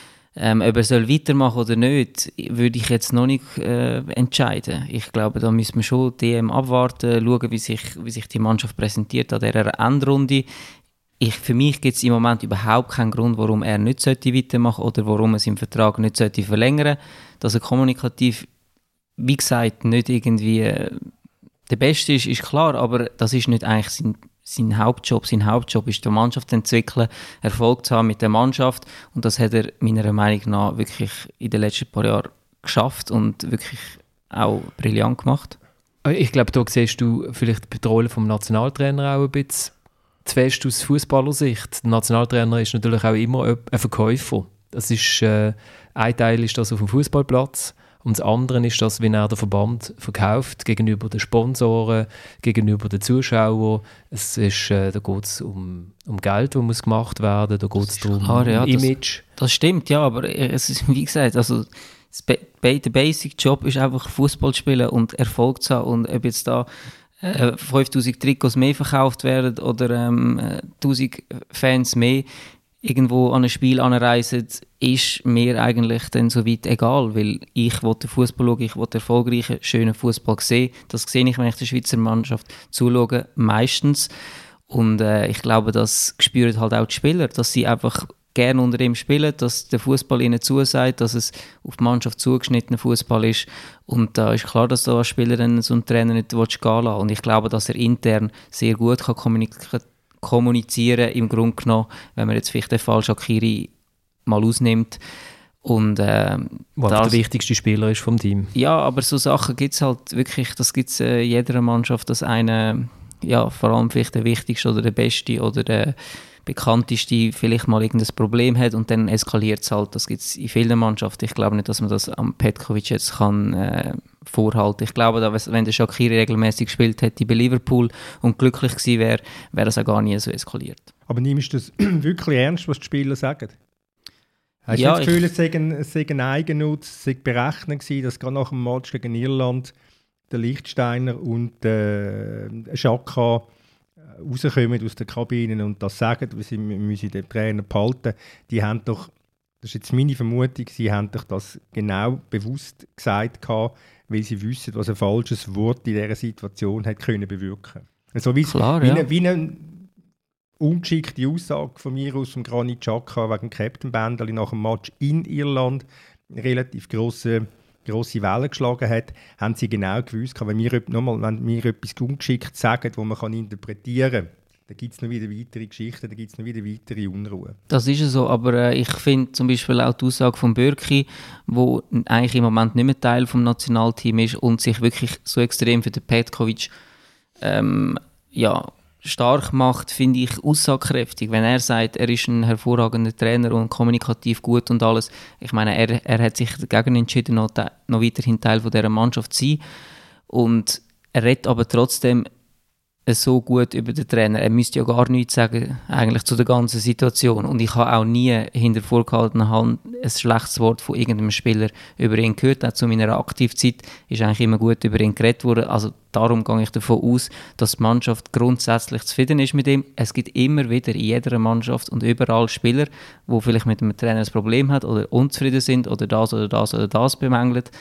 Ob er soll weitermachen oder nicht, würde ich jetzt noch nicht entscheiden. Ich glaube, da müssen wir schon DM abwarten, schauen, wie sich die Mannschaft präsentiert an dieser Endrunde. Für mich gibt es im Moment überhaupt keinen Grund, warum er nicht weitermachen sollte oder warum er seinen Vertrag nicht verlängern sollte. Dass er kommunikativ, wie gesagt, nicht irgendwie der Beste ist klar, aber das ist nicht eigentlich sein Hauptjob. Sein Hauptjob ist, die Mannschaft zu entwickeln, Erfolg zu haben mit der Mannschaft. Und das hat er meiner Meinung nach wirklich in den letzten paar Jahren geschafft und wirklich auch brillant gemacht. Ich glaube, da siehst du vielleicht die Rolle vom Nationaltrainer auch ein bisschen zu fest aus Fußballersicht. Der Nationaltrainer ist natürlich auch immer ein Verkäufer. Das ist, ein Teil ist das auf dem Fußballplatz. Und das andere ist das, wie er den Verband verkauft, gegenüber den Sponsoren, gegenüber den Zuschauern. Da geht es um Geld, das muss gemacht werden, da geht es darum, ja, Image. Das stimmt, ja, aber es ist, wie gesagt, also der Basic-Job ist einfach Fußball spielen und Erfolg zu haben. Und ob jetzt da 5000 Trikots mehr verkauft werden oder 1000 Fans mehr irgendwo an ein Spiel anreisen, ist mir eigentlich dann soweit egal, weil ich will den Fußball schauen, ich will erfolgreichen, schönen Fußball sehen. Das sehe ich, wenn ich der Schweizer Mannschaft zuschaue, meistens. Und ich glaube, das spüren halt auch die Spieler, dass sie einfach gerne unter ihm spielen, dass der Fußball ihnen zusagt, dass es auf die Mannschaft zugeschnittener Fußball ist. Und da ist klar, dass da als Spieler dann so ein Trainer nicht gehen lassen. Und ich glaube, dass er intern sehr gut kann kommunizieren, im Grunde genommen, wenn man jetzt vielleicht den Fall Shaqiri mal ausnimmt. Und, was der wichtigste Spieler ist vom Team. Ja, aber so Sachen gibt es halt wirklich, das gibt es jeder Mannschaft, dass einer, ja, vor allem vielleicht der wichtigste oder der beste oder der bekannteste vielleicht mal irgendein Problem hat und dann eskaliert es halt. Das gibt es in vielen Mannschaften. Ich glaube nicht, dass man das am Petkovic jetzt kann vorhalten. Ich glaube, wenn der Shaqiri regelmäßig gespielt hätte bei Liverpool und glücklich gewesen wäre, wäre das auch gar nie so eskaliert. Aber nimmst du das wirklich ernst, was die Spieler sagen? Hast du das Gefühl, es sei ein Eigennutz, es sei berechnet gewesen, dass gerade nach dem Match gegen Irland der Lichtsteiner und Xhaka rauskommen aus den Kabinen und das sagen, wir müssen den Trainer behalten, die haben doch, das ist jetzt meine Vermutung, sie haben doch das genau bewusst gesagt, weil sie wissen, was ein falsches Wort in dieser Situation hat können bewirken. Also wie eine ungeschickte Aussage von mir aus vom Granit Xhaka wegen Captain Bändeli nach dem Match in Irland relativ grosse Wellen geschlagen hat, haben sie genau gewusst, wenn wir etwas ungeschickt sagen, das man kann interpretieren kann, dann gibt es noch wieder weitere Geschichten, dann gibt es noch wieder weitere Unruhe. Das ist so, aber ich finde zum Beispiel auch die Aussage von Bürki, der eigentlich im Moment nicht mehr Teil des Nationalteams ist und sich wirklich so extrem für den Petkovic stark macht, finde ich aussagekräftig. Wenn er sagt, er ist ein hervorragender Trainer und kommunikativ gut und alles, ich meine, er hat sich dagegen entschieden, noch weiterhin Teil von dieser Mannschaft zu sein. Und er redet aber trotzdem so gut über den Trainer. Er müsste ja gar nichts sagen, eigentlich zu der ganzen Situation. Und ich habe auch nie hinter vorgehaltener Hand ein schlechtes Wort von irgendeinem Spieler über ihn gehört. Auch zu meiner Aktivzeit ist eigentlich immer gut über ihn geredet worden. Also darum gehe ich davon aus, dass die Mannschaft grundsätzlich zufrieden ist mit ihm. Es gibt immer wieder in jeder Mannschaft und überall Spieler, die vielleicht mit dem Trainer ein Problem haben oder unzufrieden sind oder das bemängeln.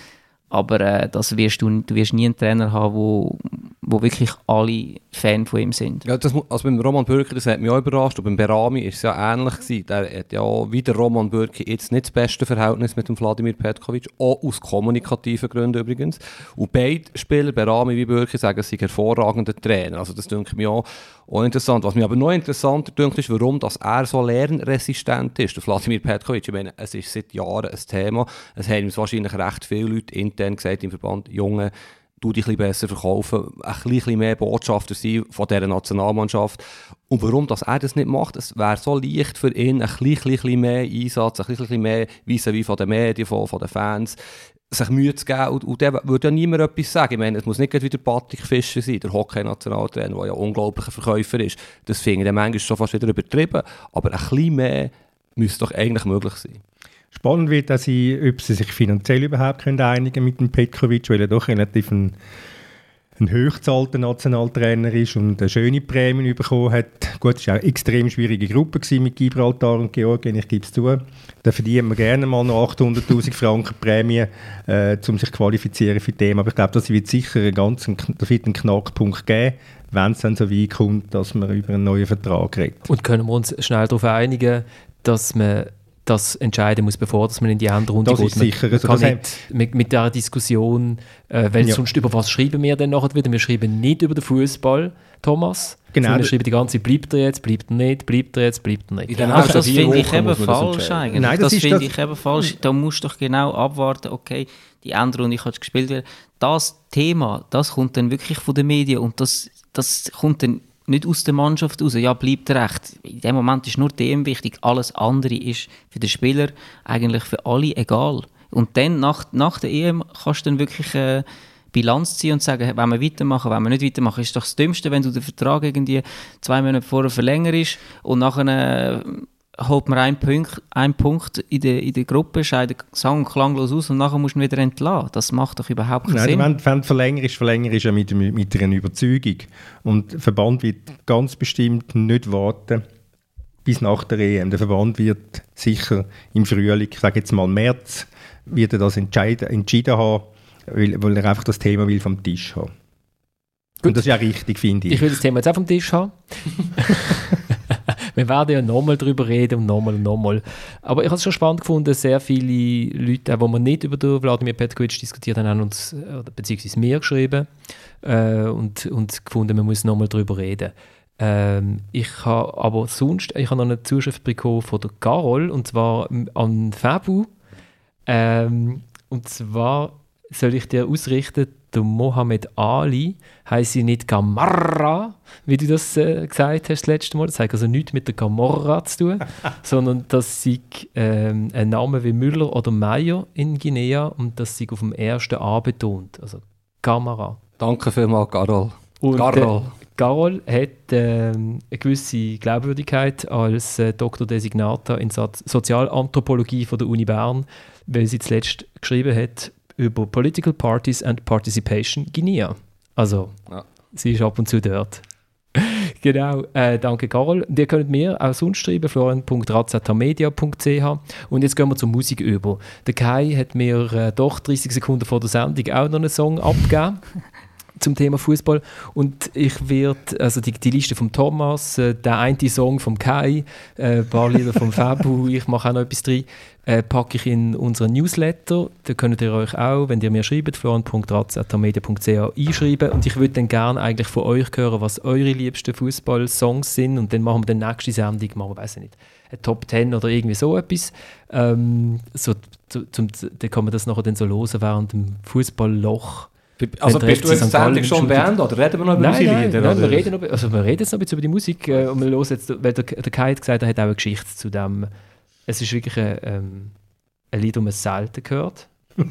Aber du wirst nie einen Trainer haben, wo wirklich alle Fan von ihm sind. Ja, also beim Roman Bürki, das hat mich auch überrascht. Und beim Berami war es ja ähnlich gewesen. Der hat ja wie der Roman Bürki jetzt nicht das beste Verhältnis mit dem Wladimir Petkovic, auch aus kommunikativen Gründen übrigens. Und beide Spieler, Berami wie Bürki, sagen, sie sind hervorragende Trainer. Also das denke ich mir auch interessant. Was mich aber noch interessanter denkt, ist, warum dass er so lernresistent ist. Der Wladimir Petkovic, ich meine, es ist seit Jahren ein Thema. Es haben uns wahrscheinlich recht viele Leute intern gesagt im Verband, Junge, du dich ein bisschen besser verkaufen, ein bisschen mehr Botschafter sein von dieser Nationalmannschaft. Und warum dass er das nicht macht, es wäre so leicht für ihn, ein bisschen mehr Einsatz, ein bisschen mehr vis-à-vis von den Medien, von den Fans, sich Mühe zu geben. Und der würde ja niemand etwas sagen. Ich meine, es muss nicht wieder Patrick Fischer sein, der Hockey-Nationaltrainer, der ja ein unglaublicher Verkäufer ist. Das finde ich manchmal schon fast wieder übertrieben. Aber ein bisschen mehr müsste doch eigentlich möglich sein. Spannend wird auch sein, ob sie sich finanziell überhaupt einigen können mit dem Petkovic, weil er doch relativ ein hochgezahlter Nationaltrainer ist und eine schöne Prämie bekommen hat. Gut, es war auch eine extrem schwierige Gruppe mit Gibraltar und Georgien, ich gebe es zu. Da verdient man gerne mal noch 800'000 Franken Prämie, um sich qualifizieren für die EM. Aber ich glaube, das wird sicher einen Knackpunkt geben, wenn es dann so weit kommt, dass man über einen neuen Vertrag redet. Und können wir uns schnell darauf einigen, dass man das entscheiden muss, bevor dass man in die Endrunde geht. Das ist sicher. Man kann nicht mit dieser Diskussion, weil sonst über was schreiben wir denn nachher wieder? Wir schreiben nicht über den Fußball, Thomas. Genau. Wir schreiben die ganze Zeit, bleibt er jetzt, bleibt er nicht, bleibt er jetzt, bleibt er nicht. Also das finde ich eben falsch eigentlich. Nein, das finde ich eben falsch. Da musst du doch genau abwarten, okay, die Endrunde kann gespielt werden. Das Thema, das kommt dann wirklich von den Medien und das kommt dann nicht aus der Mannschaft raus. Ja, bleibt recht. In dem Moment ist nur dem wichtig. Alles andere ist für den Spieler eigentlich für alle egal. Und dann, nach der EM, kannst du dann wirklich Bilanz ziehen und sagen, wenn wir weitermachen, wenn wir nicht weitermachen. Ist doch das Dümmste, wenn du den Vertrag irgendwie 2 Monate vorher verlängerst und nachher holt man einen Punkt in der Gruppe, scheidet sang- und klanglos aus und nachher musst du ihn wieder entlassen. Das macht doch überhaupt keinen Sinn. Wenn du verlängerst ja mit einer Überzeugung. Und der Verband wird ganz bestimmt nicht warten bis nach der EM. Der Verband wird sicher im Frühling, ich sage jetzt mal März, wird er das entschieden haben, weil er einfach das Thema will vom Tisch haben. Gut. Und das ist ja richtig, finde ich. Ich will das Thema jetzt auch vom Tisch haben. Wir werden ja nochmal darüber reden und nochmal. Aber ich habe es schon spannend gefunden, sehr viele Leute, die wir nicht über den Wladimir Petkovic diskutiert haben, haben uns, beziehungsweise mir geschrieben und gefunden, man muss nochmal darüber reden. Ich habe noch eine Zuschrift bekommen von der Carol, und zwar an Fabu. Und zwar soll ich dir ausrichten, der Mohammed Ali heisst sie nicht Gamarra, wie du das gesagt hast das letzte Mal. Das hat also nichts mit der Gamorra zu tun, sondern das sei ein Name wie Müller oder Meier in Guinea und das sei auf dem ersten A betont, also Gamara. Danke vielmals, Carol. Und Carol hat eine gewisse Glaubwürdigkeit als Dr. Designata in Sozialanthropologie von der Uni Bern, weil sie zuletzt geschrieben hat über Political Parties and Participation Guinea. Also, sie ist ab und zu dort. Genau, danke Carol. Ihr könnt mir auch sonst schreiben, florian.razatamedia.ch. Und jetzt gehen wir zur Musik über. Der Kai hat mir doch 30 Sekunden vor der Sendung auch noch einen Song abgegeben zum Thema Fußball. Und ich werde, also die Liste von Thomas, der eine Song vom Kai, ein paar Lieder vom Fabu, ich mache auch noch etwas drin, packe ich in unseren Newsletter. Da könnt ihr euch auch, wenn ihr mir schreibt, florian.ratz@media.ch einschreiben. Und ich würde dann gerne eigentlich von euch hören, was eure liebsten Fußball-Songs sind. Und dann machen wir die nächste Sendung, weiß ich nicht, eine Top 10 oder irgendwie so etwas. Dann kann man das nachher dann so hören während dem Fußballloch. Also bist du jetzt Sendung schon beendet oder reden wir noch über unsere Lieder? Nein, wir reden jetzt noch ein bisschen über die Musik und wir hören jetzt, weil der Kai hat gesagt, er hat auch eine Geschichte zu dem. Es ist wirklich ein Lied, das man selten hört.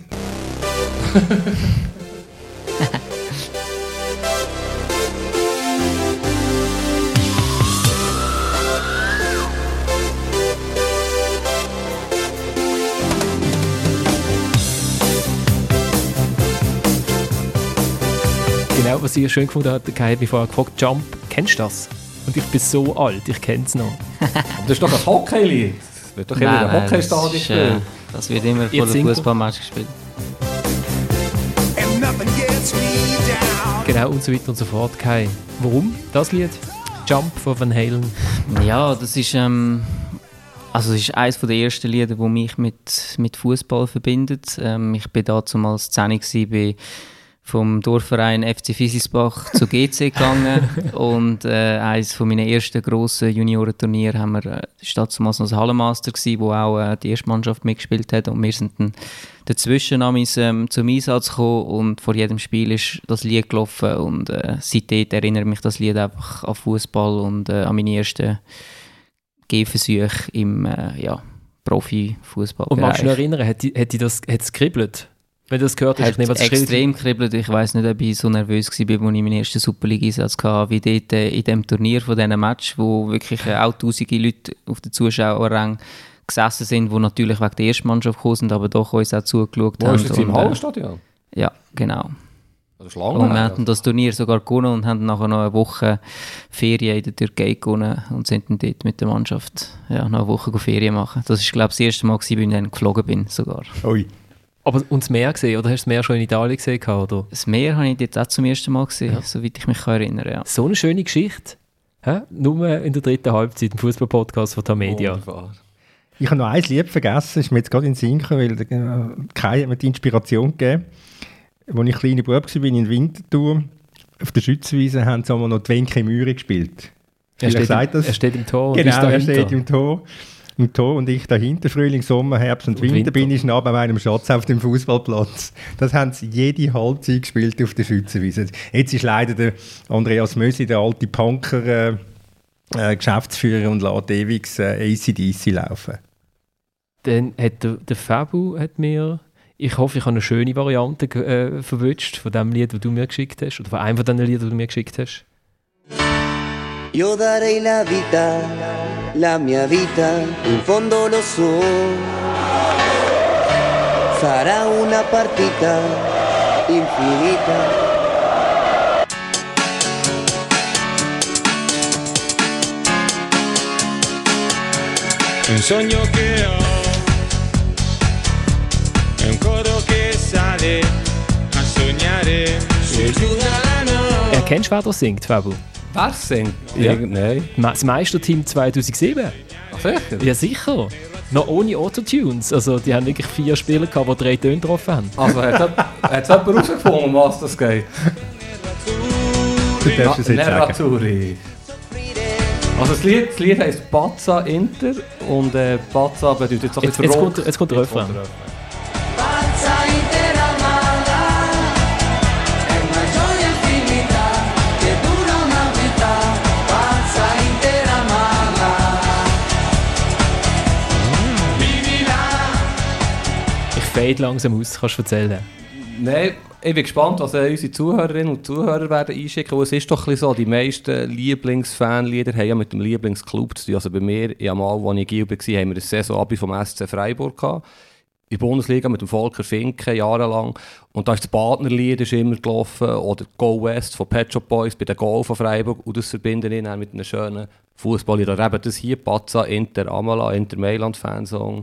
Genau, was ich schön gefunden habe, Kai hat mich vorher gefragt, Jump, kennst du das? Und ich bin so alt, ich kenne es noch. Das ist doch ein Hockey-Lied. Das wird doch immer ein Hockeystadion gespielt. Das wird immer vor dem Fußballmatch gespielt. nothing gets me down. Genau, und so weiter und so fort. Kai, warum das Lied? Jump von Van Halen. Ja, das ist, es ist eines der ersten Lieder, die mich mit Fußball verbindet. Ich war damals 10 vom Dorfverein FC Fisisbach zu GC gegangen und eines von meinen ersten grossen Juniorenturniere haben wir damals noch ein Hallenmaster gsi, wo auch die erste Mannschaft mitgespielt hat, und wir sind dann dazwischen zum Einsatz gekommen und vor jedem Spiel ist das Lied gelaufen und seitdem erinnert mich das Lied einfach an Fußball und an meine ersten Gehversuche im Profifußball. Und magst du dich erinnern, hat es kribbelt? Wenn du das gehört hast, hat extrem kribbelt. Ich weiss nicht, ob ich so nervös war, als ich meinen ersten Superliga-Einsatz hatte, wie dort in diesem Turnier von diesem Match, wo wirklich auch tausende Leute auf den Zuschauerrängen gesessen sind, die natürlich wegen der ersten Mannschaft gekommen sind, aber doch uns auch zugeschaut haben. Wo ist das im Hallenstadion? Ja, genau. Das ist lange. Und wir haben das Turnier sogar gewonnen und haben nachher noch eine Woche Ferien in der Türkei gewonnen und sind dann dort mit der Mannschaft noch eine Woche Ferien machen. Das war, glaube ich, das erste Mal, als ich dann geflogen bin sogar. Ui. Aber und das Meer gesehen, oder hast du das Meer schon in Italien gesehen? Oder? Das Meer habe ich jetzt auch zum ersten Mal gesehen, soweit ich mich erinnere. Ja. So eine schöne Geschichte. Nur in der dritten Halbzeit im Fußball-Podcast von Tamedia. Wunderbar. Ich habe noch ein Lied vergessen, ist mir jetzt gerade in den Sinn gekommen, weil Kai hat mir die Inspiration gegeben. Als ich kleiner Bub war, in Winterthur, auf der Schützenwiese, haben sie noch die Wenke Mühre gespielt. Er steht im Tor. Genau, er steht im Tor. Und ich dahinter, Frühling, Sommer, Herbst und Winter, bin ich nah bei meinem Schatz auf dem Fußballplatz. Das haben sie jede Halbzeit gespielt auf der Schützenwiese. Jetzt ist leider der Andreas Mösi, der alte Punker, Geschäftsführer und lässt ewig AC/DC laufen. Dann hat der Fabu mir, ich hoffe, ich habe eine schöne Variante verwünscht von dem Lied, das du mir geschickt hast, oder von einem von diesen Liedern, die du mir geschickt hast. Io darei la mia vita, in fondo lo so. Sarà una partita infinita. Un sogno che ho, è un coro che sale a sognare su e giù dalla notte. Erkennst du, wer das singt, Fabu? Wer singt? Ja. Nein. Das Meisterteam 2007. Ach, sicher? Ja, sicher. Noch ohne Autotunes. Also, die haben wirklich 4 Spieler gehabt, die 3 Töne getroffen haben. Also, hat es jemand herausgefunden, um was das geht? Du darfst es jetzt sagen. Nervaturi. Also, das Lied heisst Pazza Inter und Pazza bedeutet jetzt auch ein bisschen verrückt. Jetzt kommt der Refrain. Fade langsam aus, kannst du erzählen? Nein, ich bin gespannt, was unsere Zuhörerinnen und Zuhörer werden einschicken, weil es ist doch ein bisschen so, die meisten Lieblingsfanlieder haben ja mit dem Lieblingsclub zu tun. Also bei mir, als ich in Giel war, haben wir eine Saison vom SC Freiburg gehabt. In der Bundesliga mit dem Volker Finke jahrelang. Und da ist das Partnerlied ist immer gelaufen, oder Go West von Pet Shop Boys bei den Goal von Freiburg. Und das verbinde ich dann mit einem schönen Fußballlied. Oder eben das hier, Pazza Inter Amala, Inter Mailand Fansong.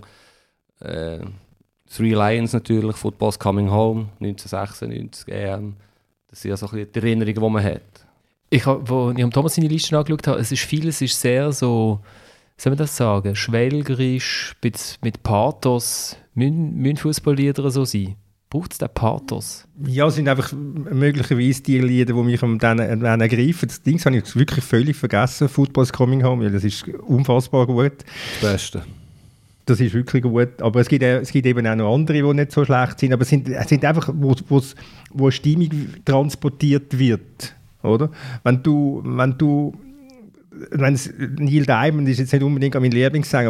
Three Lions natürlich, Football's Coming Home, 1996 EM. Das sind ja so ein bisschen die Erinnerungen, die man hat. Als ich Thomas seine Liste angeschaut habe, vieles ist sehr so, soll man das sagen, schwelgerisch, mit Pathos. Müssen Fußballlieder so sein? Braucht es den Pathos? Ja, es sind einfach möglicherweise die Lieder, die mich dann ergreifen. Das Ding habe ich wirklich völlig vergessen, Football's Coming Home, weil das ist unfassbar gut. Das Beste. Das ist wirklich gut, aber es gibt eben auch noch andere, die nicht so schlecht sind, aber es sind einfach, wo eine Stimmung transportiert wird, oder? Wenn Neil Diamond ist jetzt nicht unbedingt mein Lieblingssänger,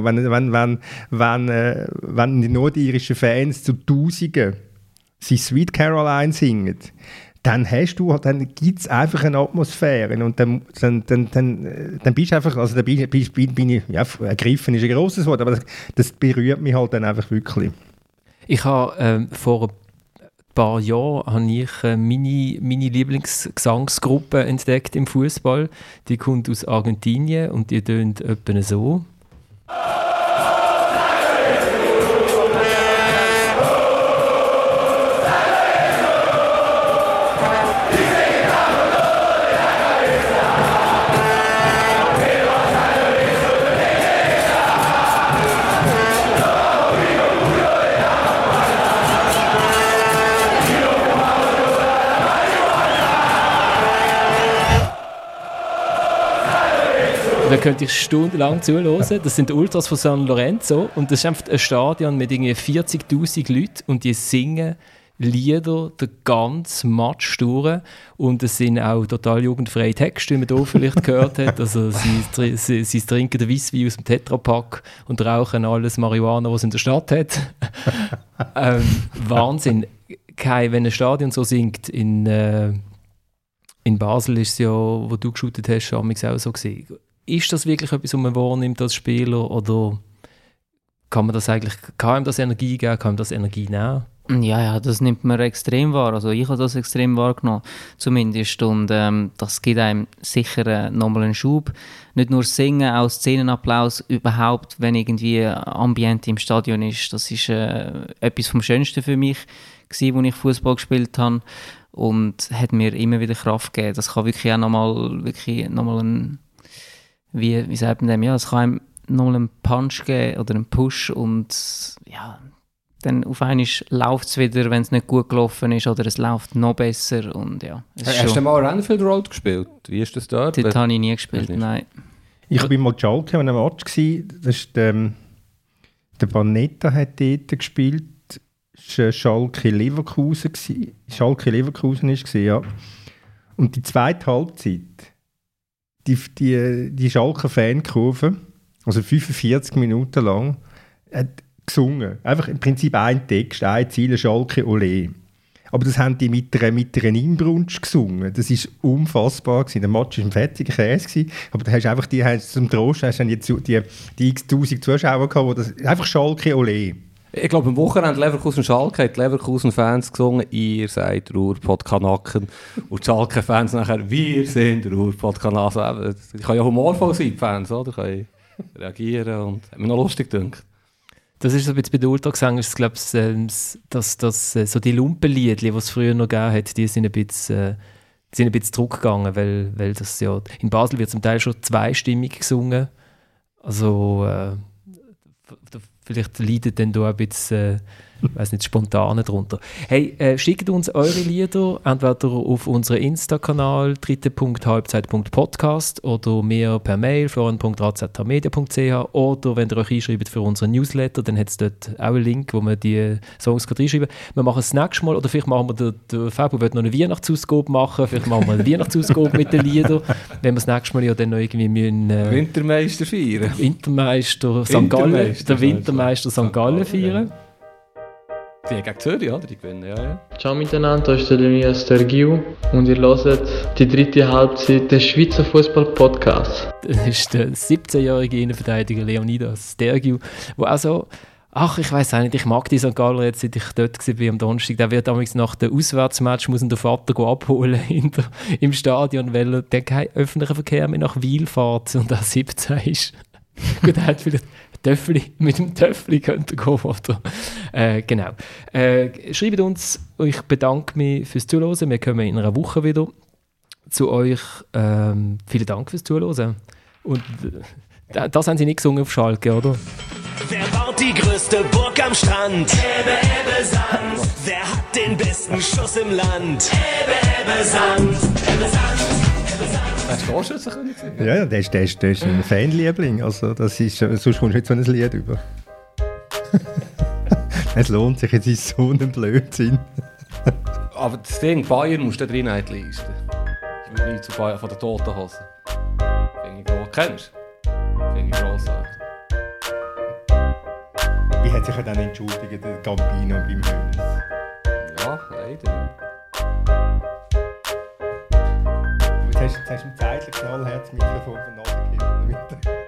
wenn die nordirischen Fans zu Tausenden sie Sweet Caroline singen, dann gibt es einfach eine Atmosphäre und dann bist du einfach, also bin ich, ja, ergriffen ist ein grosses Wort, aber das berührt mich halt dann einfach wirklich. Ich habe vor ein paar Jahren meine Lieblingsgesangsgruppe entdeckt im Fußball. Die kommt aus Argentinien und die tönt etwa so. Da könnte ich stundenlang zuhören. Das sind die Ultras von San Lorenzo und das ist einfach ein Stadion mit irgendwie 40'000 Leuten und die singen Lieder den ganzen Match durch und es sind auch total jugendfreie Texte, wie man hier vielleicht gehört hat. Also sie trinken den Weisswein aus dem Tetrapack und rauchen alles Marihuana, was es in der Stadt hat. Wahnsinn. Kai, wenn ein Stadion so singt, in Basel ist es ja, wo du geshootet hast, amigs auch so gewesen. Ist das wirklich etwas, was man wahrnimmt als Spieler oder kann ihm das Energie geben, kann ihm das Energie nehmen? Ja, das nimmt man extrem wahr. Also ich habe das extrem wahrgenommen, zumindest. Und das gibt einem sicher nochmal einen Schub. Nicht nur Singen, auch Szenenapplaus überhaupt, wenn irgendwie Ambiente im Stadion ist. Das ist etwas vom Schönsten für mich gewesen, als ich Fußball gespielt habe. Und hat mir immer wieder Kraft gegeben. Das kann wirklich auch nochmal einen, wie sagt man dem? Ja, es kann einem nochmal einen Punch geben oder einen Push und ja, dann auf einmal läuft es wieder, wenn es nicht gut gelaufen ist oder es läuft noch besser und ja. Hast du mal Anfield Road gespielt? Wie ist das dort? Dort habe ich nie gespielt, nein. Ich war mal Schalke an einem Match, das ist der Banetta hat dort gespielt, das war Schalke Leverkusen. Schalke Leverkusen war, ja. Und die zweite Halbzeit, die Schalker Fankurve, also 45 Minuten lang, hat gesungen. Einfach im Prinzip ein Text, ein Ziel, Schalke Ole. Aber das haben die mit einer Inbrunst gesungen. Das war unfassbar gewesen. Der Match war ein fettiger Käse, aber da hast du zum Trost die x-1000 Zuschauer gehabt, die das einfach Schalke Ole. Ich glaube, am Wochenende Leverkusen-Schalke hat die Leverkusen-Fans gesungen, ihr seid Ruhrpott-Kanaken. Und die Schalke-Fans nachher, wir sind Ruhrpott-Kanaken. Also, die können ja humorvoll sein, die Fans, oder? Die können reagieren und hat mir noch lustig gedacht. Das ist so ein bisschen bei der Ultragesang, ist glaube ich, dass so die Lumpenliedchen, die es früher noch gegeben hat, die sind ein bisschen zurückgegangen, weil das ja, in Basel wird zum Teil schon zweistimmig gesungen. Also vielleicht leidet dann da ein bisschen, spontan darunter. Hey, schickt uns eure Lieder entweder auf unseren Insta-Kanal dritte.halbzeit.podcast oder mir per Mail florian.razmedia.ch oder wenn ihr euch einschreibt für unseren Newsletter, dann hat es dort auch einen Link, wo man die Songs reinschreiben kann. Wir machen es das nächste Mal oder vielleicht machen wir, der Fabio will noch eine Weihnachtsausgabe machen, vielleicht machen wir eine Weihnachtsausgabe mit den Liedern, wenn wir das nächste Mal ja dann noch irgendwie müssen, Wintermeister feiern. Wintermeister St. Gallen, der Wintermeister St. Gallen feiern. Die gegen Zürich, oder? Die gewinnen, ja. Ciao miteinander, hier ist der Elias Stergiu und ihr hört die dritte Halbzeit des Schweizer Fußball-Podcasts. Das ist der 17-jährige Innenverteidiger Leonidas Stergiu, der auch so, ich weiss auch nicht, ich mag die St. Galler jetzt, seit ich dort war am Donnerstag. Der wird damals nach dem Auswärtsmatch muss ihn der Vater abholen im Stadion, weil er dann keinen öffentlichen Verkehr mehr nach Wil fährt und er 17 ist. Gut, er hat vielleicht mit dem Töffli könnte gehen, oder? Genau. Schreibt uns, ich bedanke mich fürs Zuhören. Wir kommen in einer Woche wieder zu euch. Vielen Dank fürs Zuhören. Und das haben sie nicht gesungen auf Schalke, oder? Wer baut die größte Burg am Strand? Ebbe, Sand. Wer hat den besten Schuss im Land? Ebbe, Sand. Hast du Torschützenkönig gesehen? Ja, der ist ein Fanliebling. Also, das ist, sonst kommst du nicht so ein Lied über. Es lohnt sich, es ist so ein Blödsinn. Aber das Ding, Bayern musst du da drin einleisten. Ich will nicht zu Bayern von der Toten Hose. Finde ich gross. Kennst du? Finde ich grossartig. Wie hat sich ja dann entschuldigt, der Gambino beim Hönes? Ja, leider. Jetzt hast du im Zeitlichen knallhart das Mikrofon von der Nase gegeben.